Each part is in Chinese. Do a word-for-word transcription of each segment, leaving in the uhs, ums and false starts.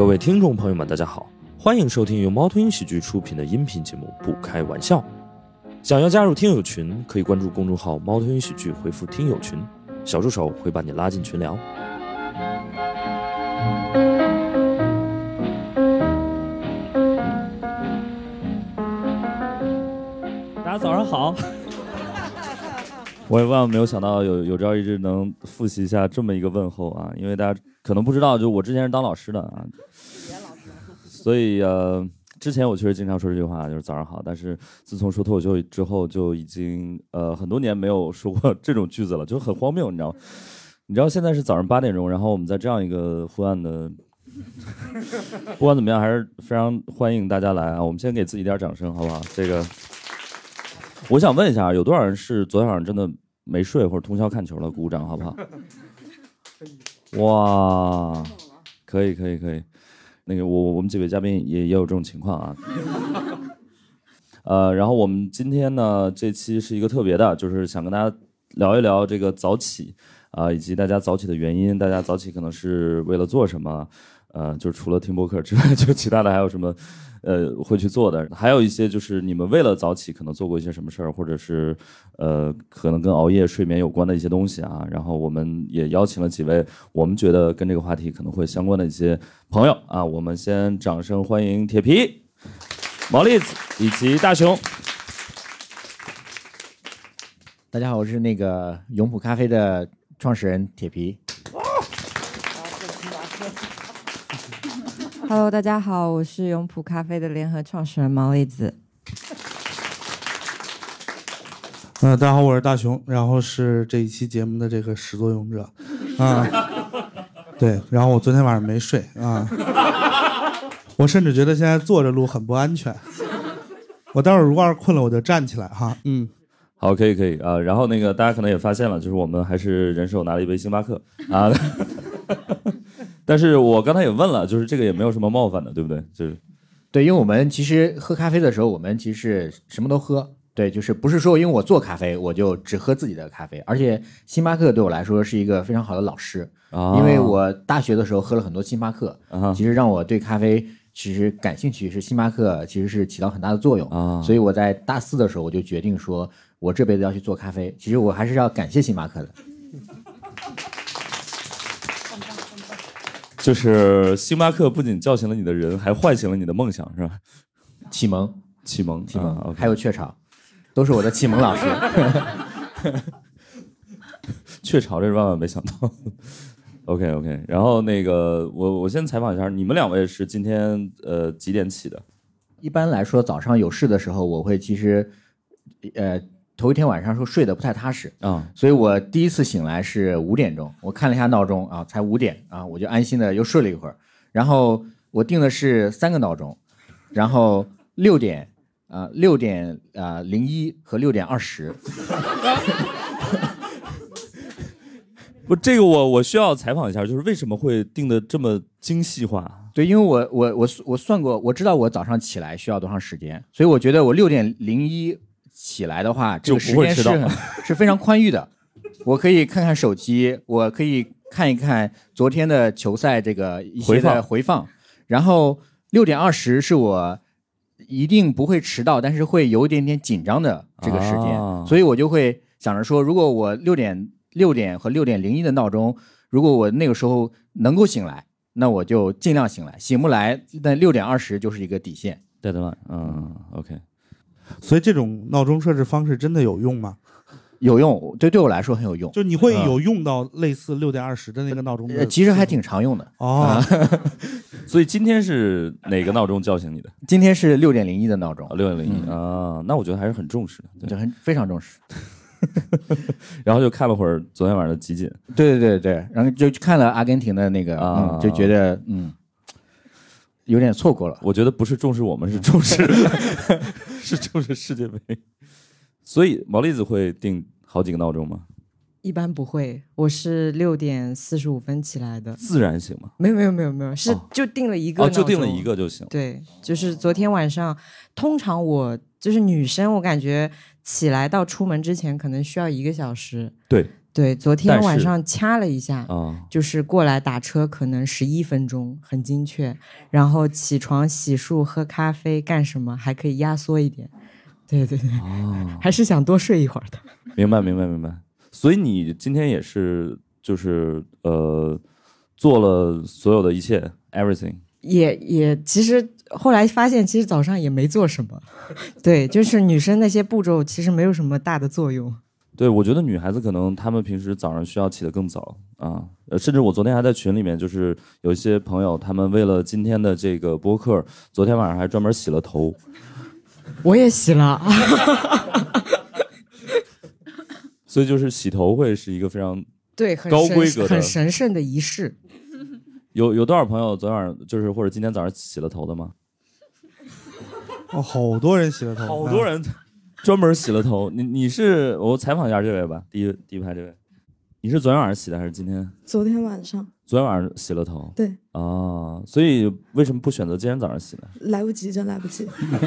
位听众朋友们大家好，欢迎收听由猫头鹰喜剧出品的音频节目不开玩笑。想要加入听友群，可以关注公众号猫头鹰喜剧，回复听友群，小助手会把你拉进群聊。 大家早上好。我也万万没有想到有有朝一日能复习一下这么一个问候啊，因为大家可能不知道，就我之前是当老师的啊，所以呃，之前我确实经常说这句话，就是早上好。但是自从说脱口秀之后，就已经呃很多年没有说过这种句子了，就很荒谬，你知道吗？你知道现在是早上八点钟，然后我们在这样一个昏暗的，不管怎么样，还是非常欢迎大家来啊！我们先给自己一点掌声，好不好？这个。我想问一下，有多少人是昨天晚上真的没睡或者通宵看球了？鼓鼓掌好不好？哇，可以可以可以，那个我我们几位嘉宾也也有这种情况啊。呃，然后我们今天呢，这期是一个特别的，就是想跟大家聊一聊这个早起啊、呃，以及大家早起的原因。大家早起可能是为了做什么？呃，就是除了听播客之外，就其他的还有什么？呃，会去做的，还有一些就是你们为了早起可能做过一些什么事儿，或者是呃，可能跟熬夜、睡眠有关的一些东西啊。然后我们也邀请了几位我们觉得跟这个话题可能会相关的一些朋友啊。我们先掌声欢迎铁皮、毛栗子以及大熊。 大家好，我是那个永璞咖啡的创始人铁皮。 Hello， 大家好，我是永璞咖啡的联合创始人毛栗子。 呃，大家好，我是大熊，然后是这一期节目的这个始作俑者，啊，对，然后我昨天晚上没睡啊，我甚至觉得现在坐着录很不安全，我待会儿如果要是困了我就站起来哈，嗯， 好，可以可以啊、呃，然后那个大家可能也发现了，就是我们还是人手拿了一杯星巴克啊。但是我刚才也问了，就是这个也没有什么冒犯的，对不对？就是， 对，因为我们其实喝咖啡的时候，我们其实什么都喝，对，就是不是说因为我做咖啡，我就只喝自己的咖啡，而且星巴克对我来说是一个非常好的老师，啊、因为我大学的时候喝了很多星巴克，啊、其实让我对咖啡其实感兴趣，是星巴克其实是起到很大的作用，啊、所以我在大四的时候我就决定说，我这辈子要去做咖啡，其实我还是要感谢星巴克的。 就是星巴克不仅叫醒了你的人，还唤醒了你的梦想，是吧？ 启蒙， 启蒙， 启蒙， 啊 okay、 还有雀巢，都是我的启蒙老师。 雀巢这是万万没想到。OK OK， 然后那个我我先采访一下，你们两位是今天呃几点起的？ 一般来说，早上有事的时候，我会其实呃。头一天晚上说睡得不太踏实啊、嗯，所以我第一次醒来是五点钟，我看了一下闹钟啊，才五点啊，我就安心的又睡了一会儿。然后我定的是三个闹钟，然后六点啊、六点啊零一和六点二十。 不，这个我我需要采访一下，就是为什么会定的这么精细化？ 对，因为我我我我算过，我知道我早上起来需要多长时间，所以我觉得我六点零一。起来的话，这个时间是是非常宽裕的，我可以看看手机，我可以看一看昨天的球赛这个一些的回放，然后六点二十是我一定不会迟到，但是会有一点点紧张的这个时间，啊、所以我就会想着说，如果我六点六点和六点零一的闹钟，如果我那个时候能够醒来，那我就尽量醒来，醒不来，那六点二十就是一个底线。 对的，嗯 ，OK。 所以这种闹钟设置方式真的有用吗？ 有用，对对我来说很有用。 就你会有用到类似六点二十的那个闹钟的、 呃？其实还挺常用的哦。 所以今天是哪个闹钟叫醒你的？ 今天是六点零一的闹钟。 六点零一啊，那我觉得还是很重视的， 对，很非常重视。 然后就看了会儿昨天晚上的集锦。 对对对对，然后就看了阿根廷的那个，啊、嗯，就觉得嗯。有点错过了， 我觉得不是重视我们，是重视是重视世界杯。所以毛栗子会定好几个闹钟吗？ 一般不会，我是六点四十五分起来的。 自然醒吗？ 没有没有没有没有，是就定了一个闹钟、 哦，就定了一个就行。 对，就是昨天晚上，通常我就是女生，我感觉起来到出门之前可能需要一个小时。 对。 对，昨天晚上掐了一下， 啊， 就是过来打车可能十一分钟，很精确。然后起床、洗漱、喝咖啡干什么还可以压缩一点。对对对， 哦， 还是想多睡一会儿的。 明白明白明白。所以你今天也是就是呃做了所有的一切 everything。 也也其实后来发现，其实早上也没做什么。对，就是女生那些步骤其实没有什么大的作用。 对，我觉得女孩子可能她们平时早上需要起得更早啊，呃，甚至我昨天还在群里面，就是有一些朋友，他们为了今天的这个播客，昨天晚上还专门洗了头。 我也洗了。 所以就是洗头会是一个非常对很高规格的、 很神圣的仪式。 有有多少朋友昨晚上就是或者今天早上洗了头的吗？ 哦，好多人洗了头， 好多人专门洗了头。你你是我采访一下这位吧，第一第一排这位，你是昨天晚上洗的还是今天？ 昨天晚上。 昨天晚上洗了头。 对。 啊，所以为什么不选择今天早上洗呢？ 来不及，真来不及。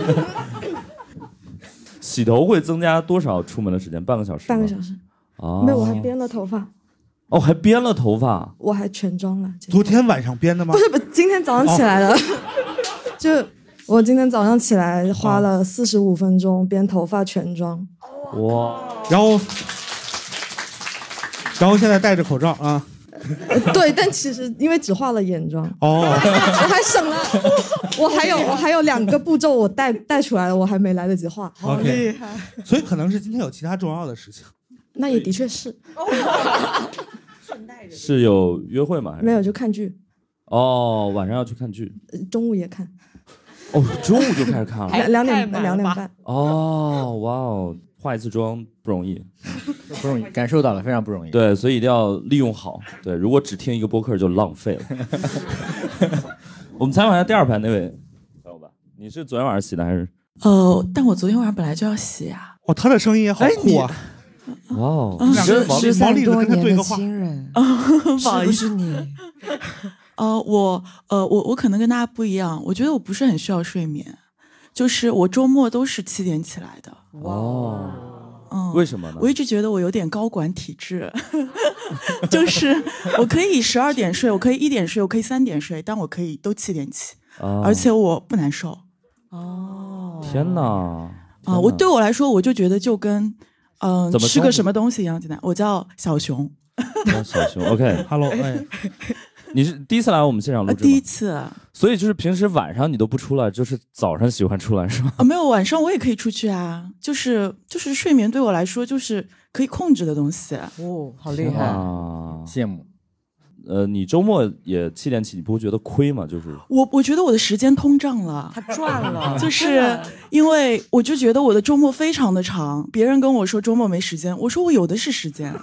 洗头会增加多少出门的时间？半个小时？ 半个小时。 哦。 没有，我还编了头发。 哦，还编了头发？ 我还全妆了。 昨天晚上编的吗？ 不是不，今天早上起来了。哦、就我今天早上起来花了四十五分钟编头发全妆。 哇！ 然后，然后现在戴着口罩啊。 对，但其实因为只化了眼妆。 哦。 我还省了，我还有我还有两个步骤我带带出来了，我还没来得及画。 好厉害！所以可能是今天有其他重要的事情。 那也的确是。 是有约会吗？ 没有，就看剧。 哦，晚上要去看剧。 中午也看。 哦，中午就开始看了。 两两点两点半。 哦，哇哦，化一次妆不容易， 不容易，感受到了，非常不容易。 对，所以一定要利用好。对，如果只听一个播客就浪费了。我们采访一下第二排那位朋友吧，你是昨天晚上洗的还是？ 呃，但我昨天晚上本来就要洗啊。 哦，他的声音也好酷啊。 哇哦， 失散多年的亲人， 不好意思，是不是你？ 呃，我呃我我可能跟大家不一样，我觉得我不是很需要睡眠，就是我周末都是七点起来的。 哦， 嗯， 为什么呢？ 我一直觉得我有点高管体质，就是我可以十二点睡，我可以一点睡，我可以三点睡，但我可以都七点起， 哦、 而且我不难受。 哦， 天哪！ 啊、呃，我对我来说，我就觉得就跟。嗯、呃，吃个什么东西一样简单。我叫小熊。 叫小熊 ，OK，Hello， 哎， 你是第一次来我们现场录制吗？ 第一次。 所以就是平时晚上你都不出来，就是早上喜欢出来是吗？ 啊，没有，晚上我也可以出去啊。就是就是睡眠对我来说就是可以控制的东西。 哦，好厉害啊， 羡慕。 呃，你周末也七点起，你不会觉得亏吗？就是我，我觉得我的时间通胀了， 他赚了， 就是因为我就觉得我的周末非常的长，别人跟我说周末没时间，我说我有的是时间。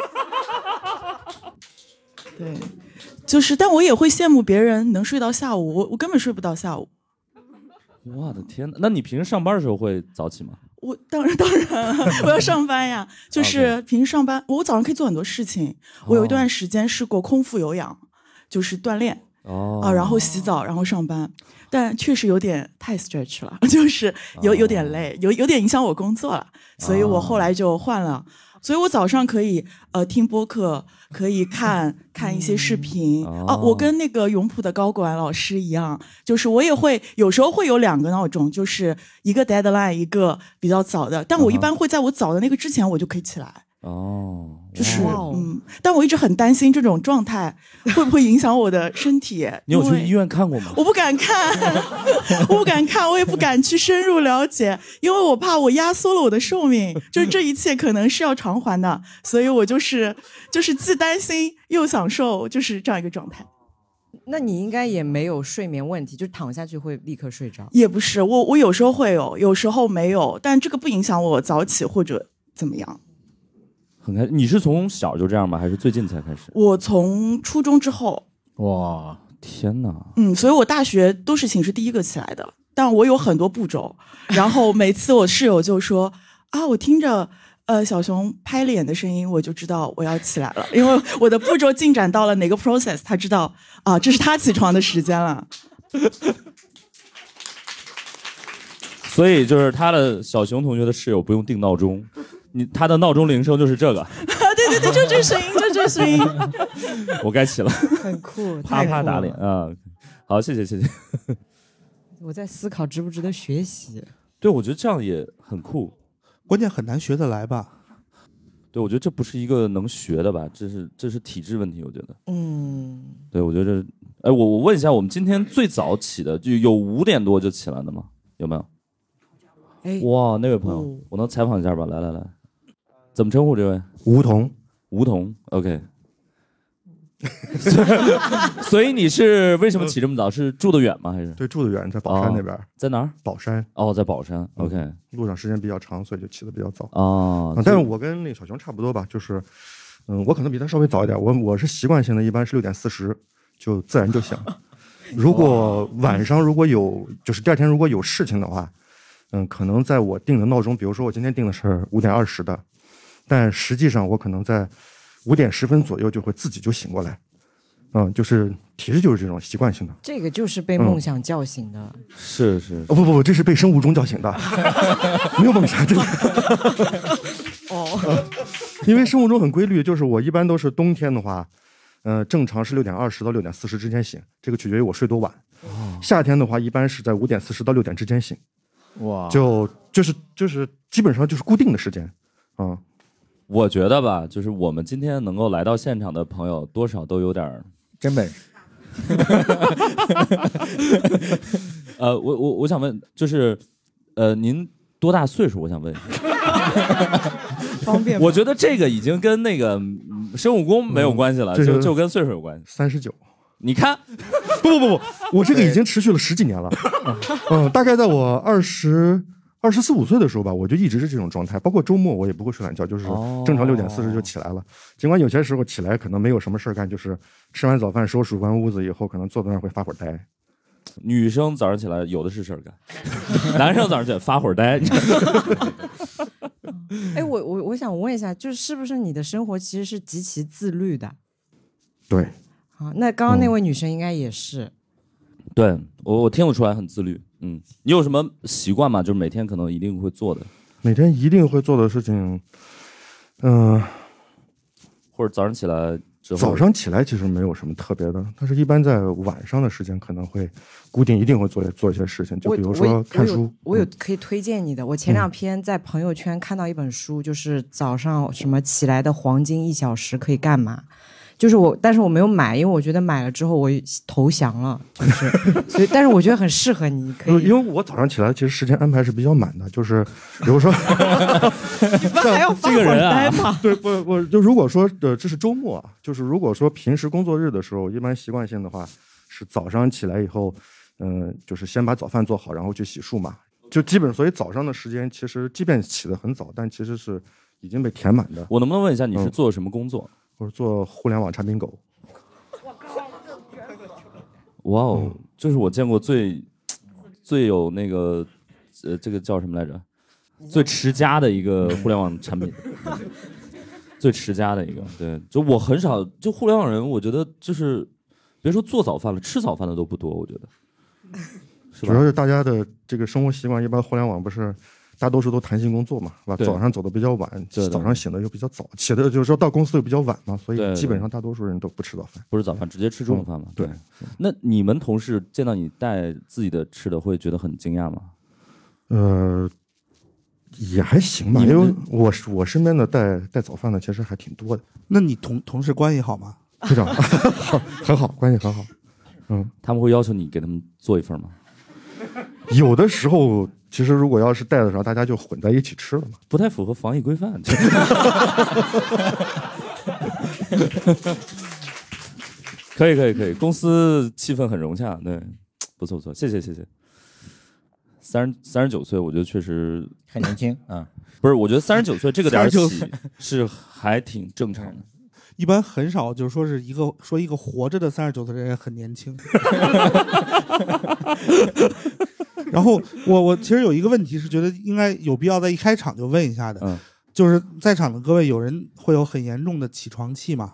对，就是，但我也会羡慕别人能睡到下午，我我根本睡不到下午。 我的天哪！那你平时上班的时候会早起吗？ 我当然当然了，我要上班呀。就是平时上班，我早上可以做很多事情。我有一段时间试过空腹有氧，就是锻炼哦啊，然后洗澡，然后上班，但确实有点太 stretch 了，就是有有点累，有有点影响我工作了，所以我后来就换了。所以我早上可以呃听播客，可以看看一些视频、嗯、啊。我跟那个永璞的高管老师一样，就是我也会有时候会有两个闹钟，就是一个 deadline， 一个比较早的，但我一般会在我早的那个之前我就可以起来。 哦， 就是嗯，但我一直很担心这种状态会不会影响我的身体。 你有去医院看过吗？ 我不敢看，我不敢看，我也不敢去深入了解，因为我怕我压缩了我的寿命，就是这一切可能是要偿还的，所以我就是就是既担心又享受，就是这样一个状态。 那你应该也没有睡眠问题，就躺下去会立刻睡着？ 也不是，我我有时候会有，有时候没有，但这个不影响我早起或者怎么样。 很开，你是从小就这样吗？还是最近才开始？ 我从初中之后。 哇，天哪！ 嗯，所以我大学都是寝室第一个起来的，但我有很多步骤。然后每次我室友就说啊，我听着呃小熊拍脸的声音，我就知道我要起来了，因为我的步骤进展到了哪个 process， 他知道啊，这是他起床的时间了。 所以就是他的小熊同学的室友不用定闹钟。你他的闹钟铃声就是这个， 对对对，就这声音，就这声音。 我该起了， 很酷， 啪啪打脸啊！好，谢谢谢谢。 我在思考值不值得学习。 对，我觉得这样也很酷， 关键很难学得来吧？ 对，我觉得这不是一个能学的吧，这是这是体质问题，我觉得。 嗯， 对，我觉得，哎，我我问一下，我们今天最早起的就有五点多就起来的吗？有没有？ 哎， 哇，那位朋友， 哦、 我能采访一下吧？来来来，怎么称呼这位？ 梧桐， 梧桐 ，OK。所以你是为什么起这么早？是住得远吗？还是？ 对，住得远，在宝山那边。哦、 在哪儿？ 宝山。 哦，在宝山。OK、嗯。 路上时间比较长，所以就起得比较早。 哦、 嗯。但是我跟那个小熊差不多吧，就是，嗯，我可能比他稍微早一点。我我是习惯性的，一般是六点四十就自然就醒。如果晚上如果有，就是第二天如果有事情的话，嗯，可能在我定的闹钟，比如说我今天定的是五点二十的，但实际上我可能在五点十分左右就会自己就醒过来。嗯，就是体质就是这种习惯性的， 这个就是被梦想叫醒的， 嗯、是是哦不不不，这是被生物钟叫醒的，没有梦想，真的。 哦、 呃，因为生物钟很规律，就是我一般都是冬天的话，呃，正常是六点二十到六点四十之间醒，这个取决于我睡多晚。哦、夏天的话，一般是在五点四十到六点之间醒。 哇， 就就是就是基本上就是固定的时间，啊、嗯。 我觉得吧，就是我们今天能够来到现场的朋友，多少都有点真本事。 呃，我我我想问，就是，呃，您多大岁数？我想问。 方便。 我觉得这个已经跟那个生物钟没有关系了， 嗯、 就就跟岁数有关系。 三十九。 你看， 不不不不，我这个已经持续了十几年了。嗯，大概在我二十。二十四五岁的时候吧，我就一直是这种状态，包括周末我也不会睡懒觉，就是正常六点四十就起来了。尽管有些时候起来可能没有什么事干，就是吃完早饭收拾完屋子以后，可能坐在那儿会发会儿呆。 女生早上起来有的是事儿干，男生早上起来发会儿呆。 哎，我我我想问一下，就是是不是你的生活其实是极其自律的？ 对。 好，那刚刚那位女生应该也是。 嗯、对我我听得出来很自律。嗯，你有什么习惯吗？就是每天可能一定会做的， 每天一定会做的事情，嗯、呃， 或者早上起来之后， 早上起来其实没有什么特别的，但是一般在晚上的时间可能会固定一定会做做一些事情，就比如说看书。 我有，我有可以推荐你的。我前两天在朋友圈看到一本书，就是早上什么起来的黄金一小时可以干嘛。就是我，但是我没有买，因为我觉得买了之后我投降了，就是，所以，但是我觉得很适合你，可以。 因为我早上起来其实时间安排是比较满的，就是比如说， 你不还要发会儿呆吗？ 对，不不，就如果说呃这是周末啊，就是如果说平时工作日的时候，一般习惯性的话是早上起来以后，嗯、呃，就是先把早饭做好，然后去洗漱嘛，就基本，所以早上的时间其实即便起得很早，但其实是已经被填满的。 我能不能问一下你是做什么工作？ 嗯我是做互联网产品狗。 哇哦，这是我见过最最有那个呃，这个叫什么来着？最持家的一个互联网产品，最持家的一个。对，就我很少，就互联网人，我觉得就是别说做早饭了，吃早饭的都不多，我觉得。是吧？ 主要是大家的这个生活习惯，一般互联网不是。大多数都弹性工作嘛，是吧？早上走的比较晚，早上醒的又比较早，起的就是说到公司又比较晚嘛，所以基本上大多数人都不吃早饭， 不是早饭，直接吃中午饭嘛。 嗯、对。 那你们同事见到你带自己的吃的，会觉得很惊讶吗？ 呃，也还行吧，因为我我身边的带带早饭的其实还挺多的。 那你同同事关系好吗？ 非常好，很好，关系很好。嗯， 他们会要求你给他们做一份吗？ 有的时候，其实如果要是带的时候，大家就混在一起吃了嘛， 不太符合防疫规范。可以可以可以，公司气氛很融洽，对，不错不错，谢谢谢谢。三十三十九岁，我觉得确实很年轻啊。 不是，我觉得三十九岁这个点起是还挺正常的。 一般很少，就是说是一个说一个活着的三十九岁的人很年轻。然后我我其实有一个问题是觉得应该有必要在一开场就问一下的， 嗯， 就是在场的各位有人会有很严重的起床气吗？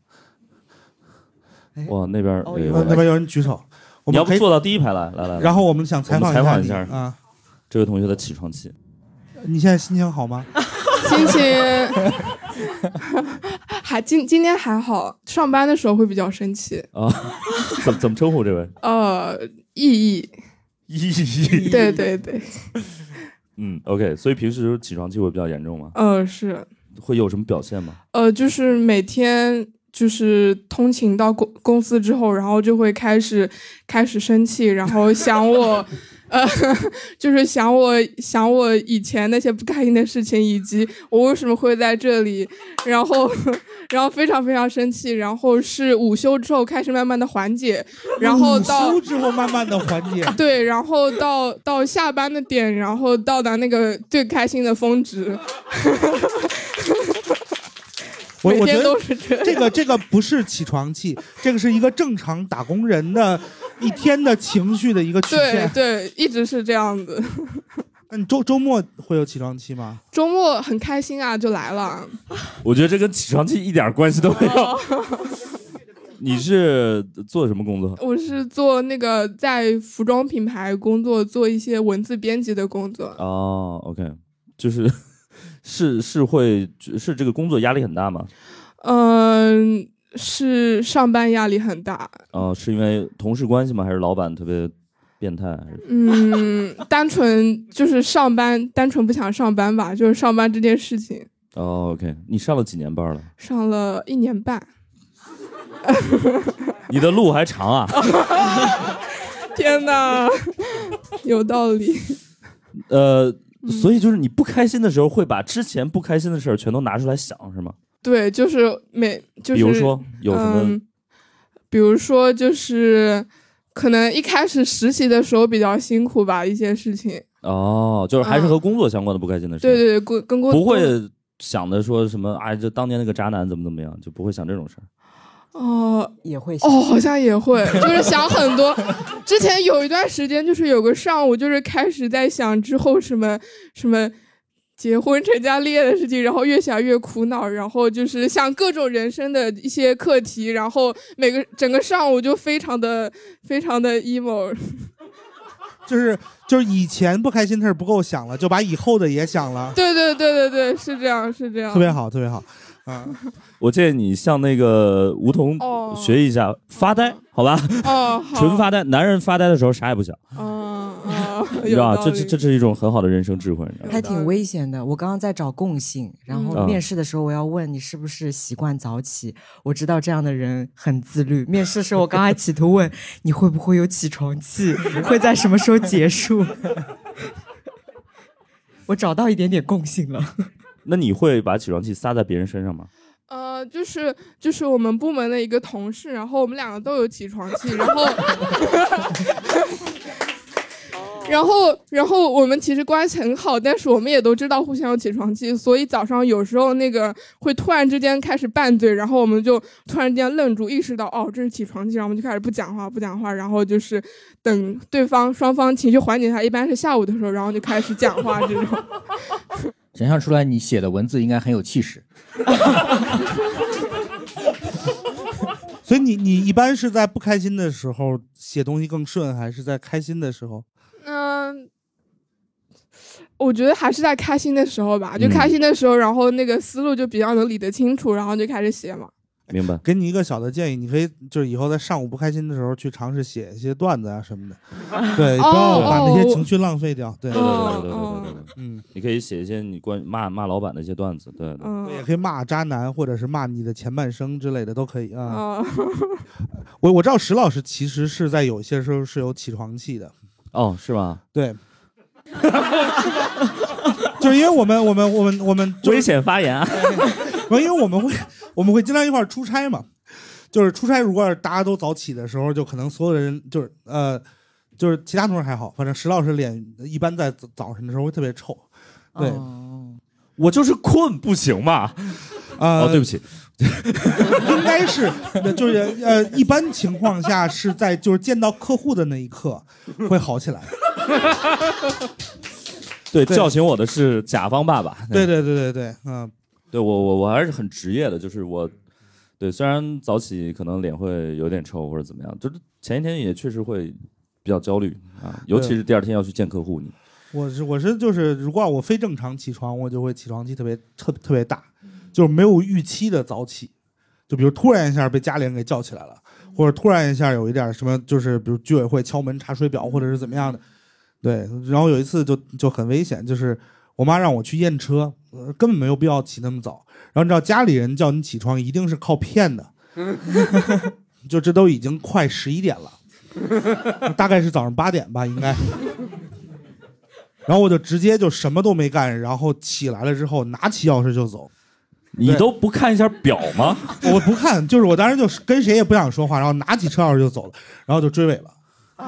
哇，那边、 哦呃、那边有人举手，我们你要不坐到第一排来，来来。 然后我们想采访一下采访一下啊， 这位同学的起床气。 你现在心情好吗？ 心情还今今天还好，上班的时候会比较生气啊。怎怎么称呼这位？ 呃，意义， 意义， 对对对。 嗯 ，OK， 所以平时起床气会比较严重吗？ 呃，是。 会有什么表现吗？ 呃，就是每天就是通勤到公公司之后，然后就会开始开始生气，然后想我。呃，就是想我想我以前那些不开心的事情，以及我为什么会在这里，然后，然后非常非常生气，然后是午休之后开始慢慢的缓解，然后到午休之后慢慢的缓解， 对，然后到到下班的点，然后到达那个最开心的峰值。 我我觉得这, 这个这个不是起床气，这个是一个正常打工人的一天的情绪的一个曲线。 对对，一直是这样子。 那你周周末会有起床气吗？ 周末很开心啊，就来了。 我觉得这跟起床气一点关系都没有。你是做什么工作？ 我是做那个在服装品牌工作，做一些文字编辑的工作。 哦 ，OK， 就是。是是会是这个工作压力很大吗？ 嗯、呃，是上班压力很大。 哦、呃，是因为同事关系吗？还是老板特别变态？ 嗯，单纯就是上班，单纯不想上班吧，就是上班这件事情。 哦 ，OK， 你上了几年班了？ 上了一年半。 你的路还长啊！ 天哪，有道理。 呃。所以就是你不开心的时候，会把之前不开心的事儿全都拿出来想，是吗？ 对，就是每就是。 比如说有什么？ 嗯、比如说就是可能一开始实习的时候比较辛苦吧，一些事情。 哦，就是还是和工作相关的不开心的事。 对对对，跟工不会想的说什么哎，这当年那个渣男怎么怎么样，就不会想这种事儿。 哦，也会想哦，好像也会，就是想很多。之前有一段时间，就是有个上午，就是开始在想之后什么什么结婚成家立业的事情，然后越想越苦恼，然后就是想各种人生的一些课题，然后每个整个上午就非常的非常的 emo。 就是就是以前不开心的事不够想了，就把以后的也想了。 对对对对对，是这样是这样。 特别好，特别好。啊， 我建议你向那个梧桐学一下、哦、发呆，好吧？ 哦， 纯发呆，男人发呆的时候啥也不想。 哦哦， 你知道这这这是一种很好的人生智慧， 还挺危险的。我刚刚在找共性，然后面试的时候我要问你是不是习惯早起。我知道这样的人很自律。面试的时候我刚才企图问你会不会有起床气，会在什么时候结束。我找到一点点共性了。 那你会把起床气撒在别人身上吗？ 呃，就是就是我们部门的一个同事，然后我们两个都有起床气，然后，然后然后我们其实关系很好，但是我们也都知道互相有起床气，所以早上有时候那个会突然之间开始拌嘴，然后我们就突然之间愣住，意识到哦这是起床气，然后我们就开始不讲话不讲话，然后就是等对方双方情绪缓解下，一般是下午的时候，然后就开始讲话这种。 想象出来你写的文字应该很有气势。 所以你你一般是在不开心的时候写东西更顺，还是在开心的时候？ 嗯、呃，我觉得还是在开心的时候吧，就开心的时候，然后那个思路就比较能理得清楚，然后就开始写嘛。 明白。 给你一个小的建议，你可以就是以后在上午不开心的时候去尝试写一些段子啊什么的，对，不要把那些情绪浪费掉。对对对对对对对，嗯， 你可以写一些你关骂骂老板的一些段子，对， 嗯， 也可以骂渣男或者是骂你的前半生之类的都可以啊。我我知道石老师其实是在有些时候是有起床气的。 哦，是吗？ 对。就是因为我们我们我们我们危险发言啊。 因为我们会我们会经常一块出差嘛，就是出差如果大家都早起的时候，就可能所有的人就是呃就是其他同事还好，反正石老师脸一般在早晨的时候会特别臭。对， 哦、我就是困不行嘛。 呃、 哦，对不起， 应该是就是呃一般情况下是在就是见到客户的那一刻会好起来。 对，叫醒我的是甲方爸爸。 对对对对对，嗯。 对我我我还是很职业的，就是我，对，虽然早起可能脸会有点臭或者怎么样，就是前一天也确实会比较焦虑啊，尤其是第二天要去见客户。你， 我是我是就是，如果我非正常起床，我就会起床气特别特特别大，就是没有预期的早起就比如突然一下被家里人给叫起来了，或者突然一下有一点什么，就是比如居委会敲门查水表或者是怎么样的。对，然后有一次就就很危险，就是我妈让我去验车，呃、根本没有必要起那么早。然后你知道家里人叫你起床一定是靠骗的，就这都已经快十一点了，大概是早上八点吧，应该。然后我就直接就什么都没干，然后起来了之后拿起钥匙就走。 你都不看一下表吗？ 我不看，就是我当时就跟谁也不想说话，然后拿起车钥匙就走了，然后就追尾了。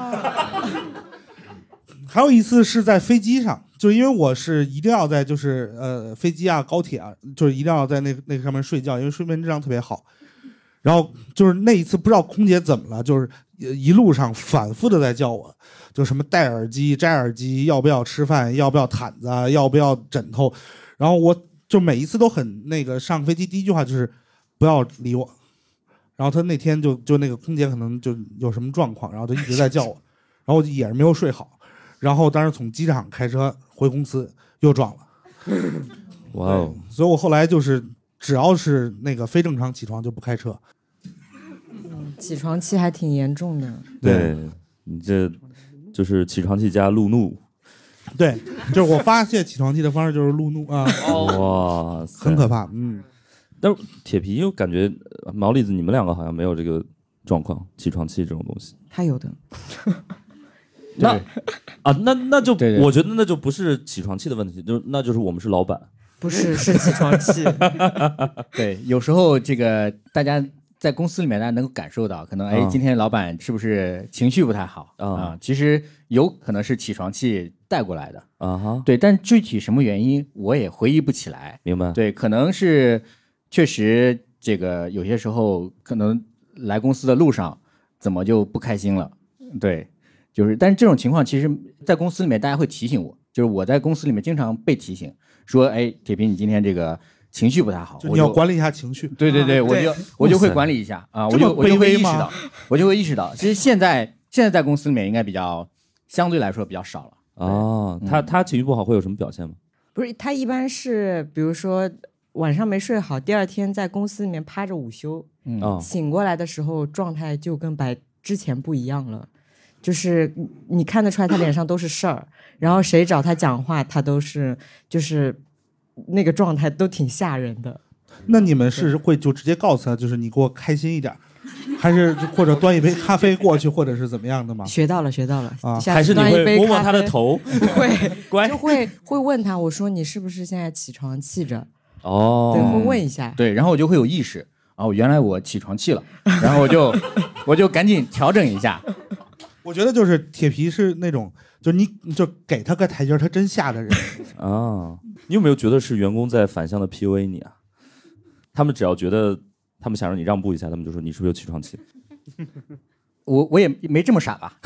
还有一次是在飞机上，就是因为我是一定要在就是呃飞机啊高铁啊，就是一定要在那那个上面睡觉，因为睡眠质量特别好。然后就是那一次不知道空姐怎么了，就是一路上反复的在叫我，就什么戴耳机、摘耳机，要不要吃饭，要不要毯子，要不要枕头。然后我就每一次都很那个，上飞机第一句话就是不要理我。然后他那天就就那个空姐可能就有什么状况，然后就一直在叫我，然后我也是没有睡好。然后当时从机场开车回公司又撞了。 哇哦！ 所以我后来就是只要是那个非正常起床就不开车。 嗯，起床气还挺严重的。 对，你这就是起床气加路怒。 对，就是我发泄起床气的方式就是路怒啊。 哇， 很可怕。嗯， 但是铁皮又感觉毛栗子你们两个好像没有这个状况，起床气这种东西。 他有的。 那啊，那那就对对我觉得那就不是起床气的问题，就那就是我们是老板， 不是是起床气。 对，有时候这个大家在公司里面，大家能够感受到，可能哎， 嗯今天老板是不是情绪不太好嗯啊？其实有可能是起床气带过来的啊哈。 对，但具体什么原因我也回忆不起来。 明白。 对，可能是确实这个有些时候可能来公司的路上怎么就不开心了？对。就是，但是这种情况其实，在公司里面大家会提醒我，就是我在公司里面经常被提醒，说，哎，铁皮，你今天这个情绪不太好， 就你要管理一下情绪。 对对对，我就我就会管理一下啊，我就我就会意识到，我就会意识到，其实现在现在在公司里面应该比较相对来说比较少了。 哦，他他情绪不好会有什么表现吗？ 不是，他一般是比如说晚上没睡好，第二天在公司里面趴着午休， 嗯， 醒过来的时候状态就跟白之前不一样了。就是你看得出来他脸上都是事儿，然后谁找他讲话他都是就是那个状态都挺吓人的。 那你们是会就直接告诉他，就是你给我开心一点，还是或者端一杯咖啡过去，或者是怎么样的吗？ 学到了学到了啊， 还是你会摸摸他的头？ 会乖， 就会会问他，我说你是不是现在起床气着？ 哦， 对，会问一下。 对，然后我就会有意识，哦，原来我起床气了，然后我就我就赶紧调整一下。 我觉得就是铁皮是那种，就你就给他个台阶，他真下的人啊。你有没有觉得是员工在反向的 P U A 你啊？他们只要觉得他们想让你让步一下，他们就说你是不是有起床气？ 我我也没这么傻吧。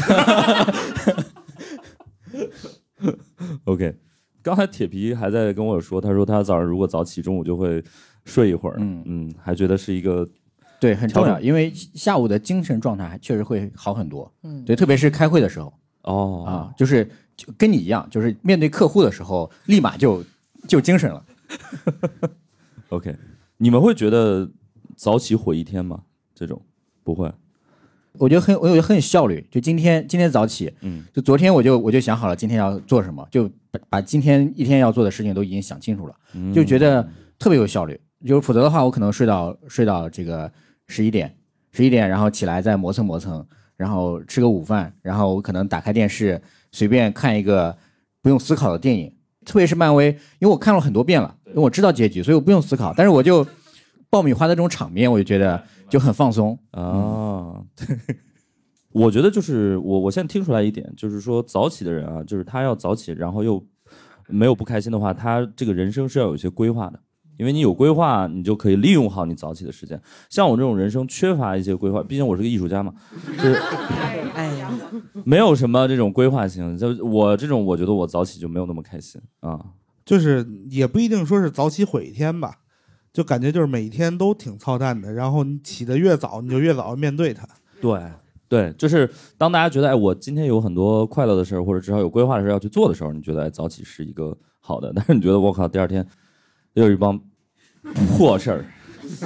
OK， 刚才铁皮还在跟我说，他说他早上如果早起，中午就会睡一会儿，嗯嗯，还觉得是一个。 对，很重要，因为下午的精神状态确实会好很多。 嗯， 对，特别是开会的时候。 哦， 啊，就是就跟你一样，就是面对客户的时候，立马就就精神了。 OK， 你们会觉得早起毁一天吗？这种不会。 我觉得很，我觉得很有效率。就今天，今天早起， 嗯， 就昨天我就我就想好了今天要做什么，就把把今天一天要做的事情都已经想清楚了， 嗯、 就觉得特别有效率。就是否则的话，我可能睡到睡到这个。十一点，十一点，然后起来再磨蹭磨蹭，然后吃个午饭，然后我可能打开电视，随便看一个不用思考的电影，特别是漫威，因为我看了很多遍了，因为我知道结局，所以我不用思考，但是我就爆米花的这种场面，我就觉得就很放松啊。我觉得就是我我现在听出来一点，就是说早起的人啊，就是他要早起，然后又没有不开心的话，他这个人生是要有一些规划的。因为你有规划，你就可以利用好你早起的时间。像我这种人生缺乏一些规划，毕竟我是个艺术家嘛，就是哎呀， 没有什么这种规划性。就我这种，我觉得我早起就没有那么开心啊。 就是也不一定说是早起毁一天吧，就感觉就是每一天都挺操蛋的。然后你起得越早，你就越早面对它。 对对，就是当大家觉得哎，我今天有很多快乐的事儿，或者至少有规划的事要去做的时候，你觉得哎，早起是一个好的。但是你觉得我靠，第二天又有一帮破事儿，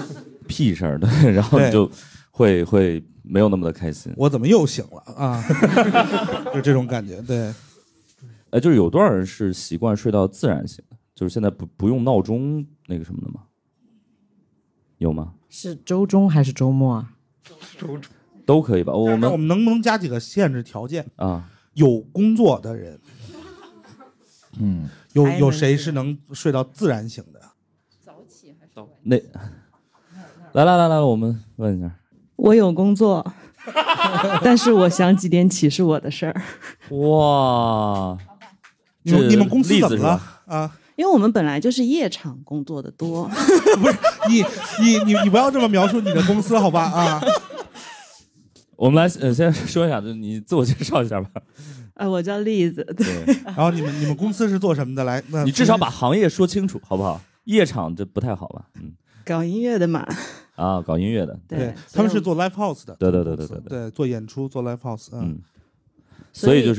屁事儿，对，然后你就会会没有那么的开心。 我怎么又醒了啊？就这种感觉，对。 哎，就是有多少人是习惯睡到自然醒的？就是现在不不用闹钟那个什么的吗？有吗？ 是周中还是周末啊？ 周中都可以吧。我们我们能不能加几个限制条件啊？ 有工作的人， 嗯， 有有谁是能睡到自然醒的？ 早起还是那来来来来，我们问一下。 我有工作，但是我想几点起是我的事儿。 哇， 你们你们公司怎么了啊？ 因为我们本来就是夜场工作的多。 不是你你你你不要这么描述你的公司好吧啊？ 我们来呃先说一下，就你自我介绍一下吧。 呃，我叫栗子。 对。 然后你们你们公司是做什么的？来，那你至少把行业说清楚好不好？夜场这不太好吧？嗯。 搞音乐的嘛。 啊，搞音乐的。 对， 他们是做 live house 的。 对对对对对对，做演出做 live house。嗯。 所以就是，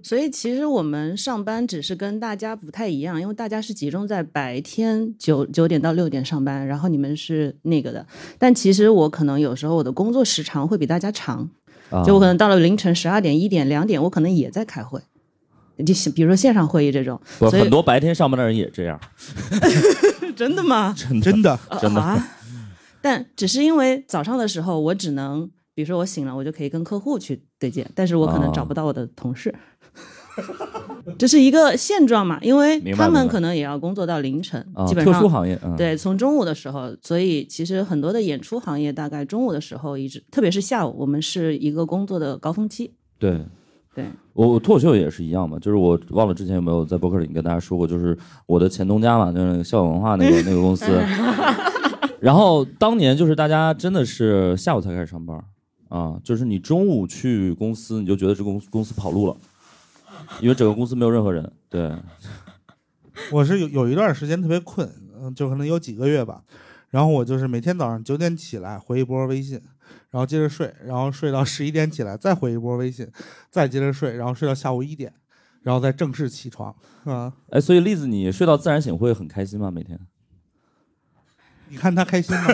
所以其实我们上班只是跟大家不太一样，因为大家是集中在白天九九点到六点上班，然后你们是那个的。但其实我可能有时候我的工作时长会比大家长，啊、就我可能到了凌晨十二点、一点、两点，我可能也在开会，就比如说线上会议这种。 不，很多白天上班的人也这样。 真的吗？ 真真的真的。 啊、但只是因为早上的时候我只能。比如说我醒了，我就可以跟客户去对接，但是我可能找不到我的同事，哦、这是一个现状嘛？因为他们可能也要工作到凌晨，基本上特殊行业，嗯、 对，从中午的时候，所以其实很多的演出行业大概中午的时候一直，特别是下午，我们是一个工作的高峰期。 对， 对我我脱口秀也是一样嘛，就是我忘了之前有没有在播客里跟大家说过，就是我的前东家嘛，就是那个笑文化那个那个公司，然后当年就是大家真的是下午才开始上班。啊，就是你中午去公司，你就觉得这公公司跑路了，因为整个公司没有任何人。对， 我是有有一段时间特别困，嗯，就可能有几个月吧，然后我就是每天早上九点起来回一波微信，然后接着睡，然后睡到十一点起来再回一波微信，再接着睡，然后睡到下午一点，然后再正式起床啊。 哎，所以栗子，你睡到自然醒会很开心吗？每天？ 你看他开心吗？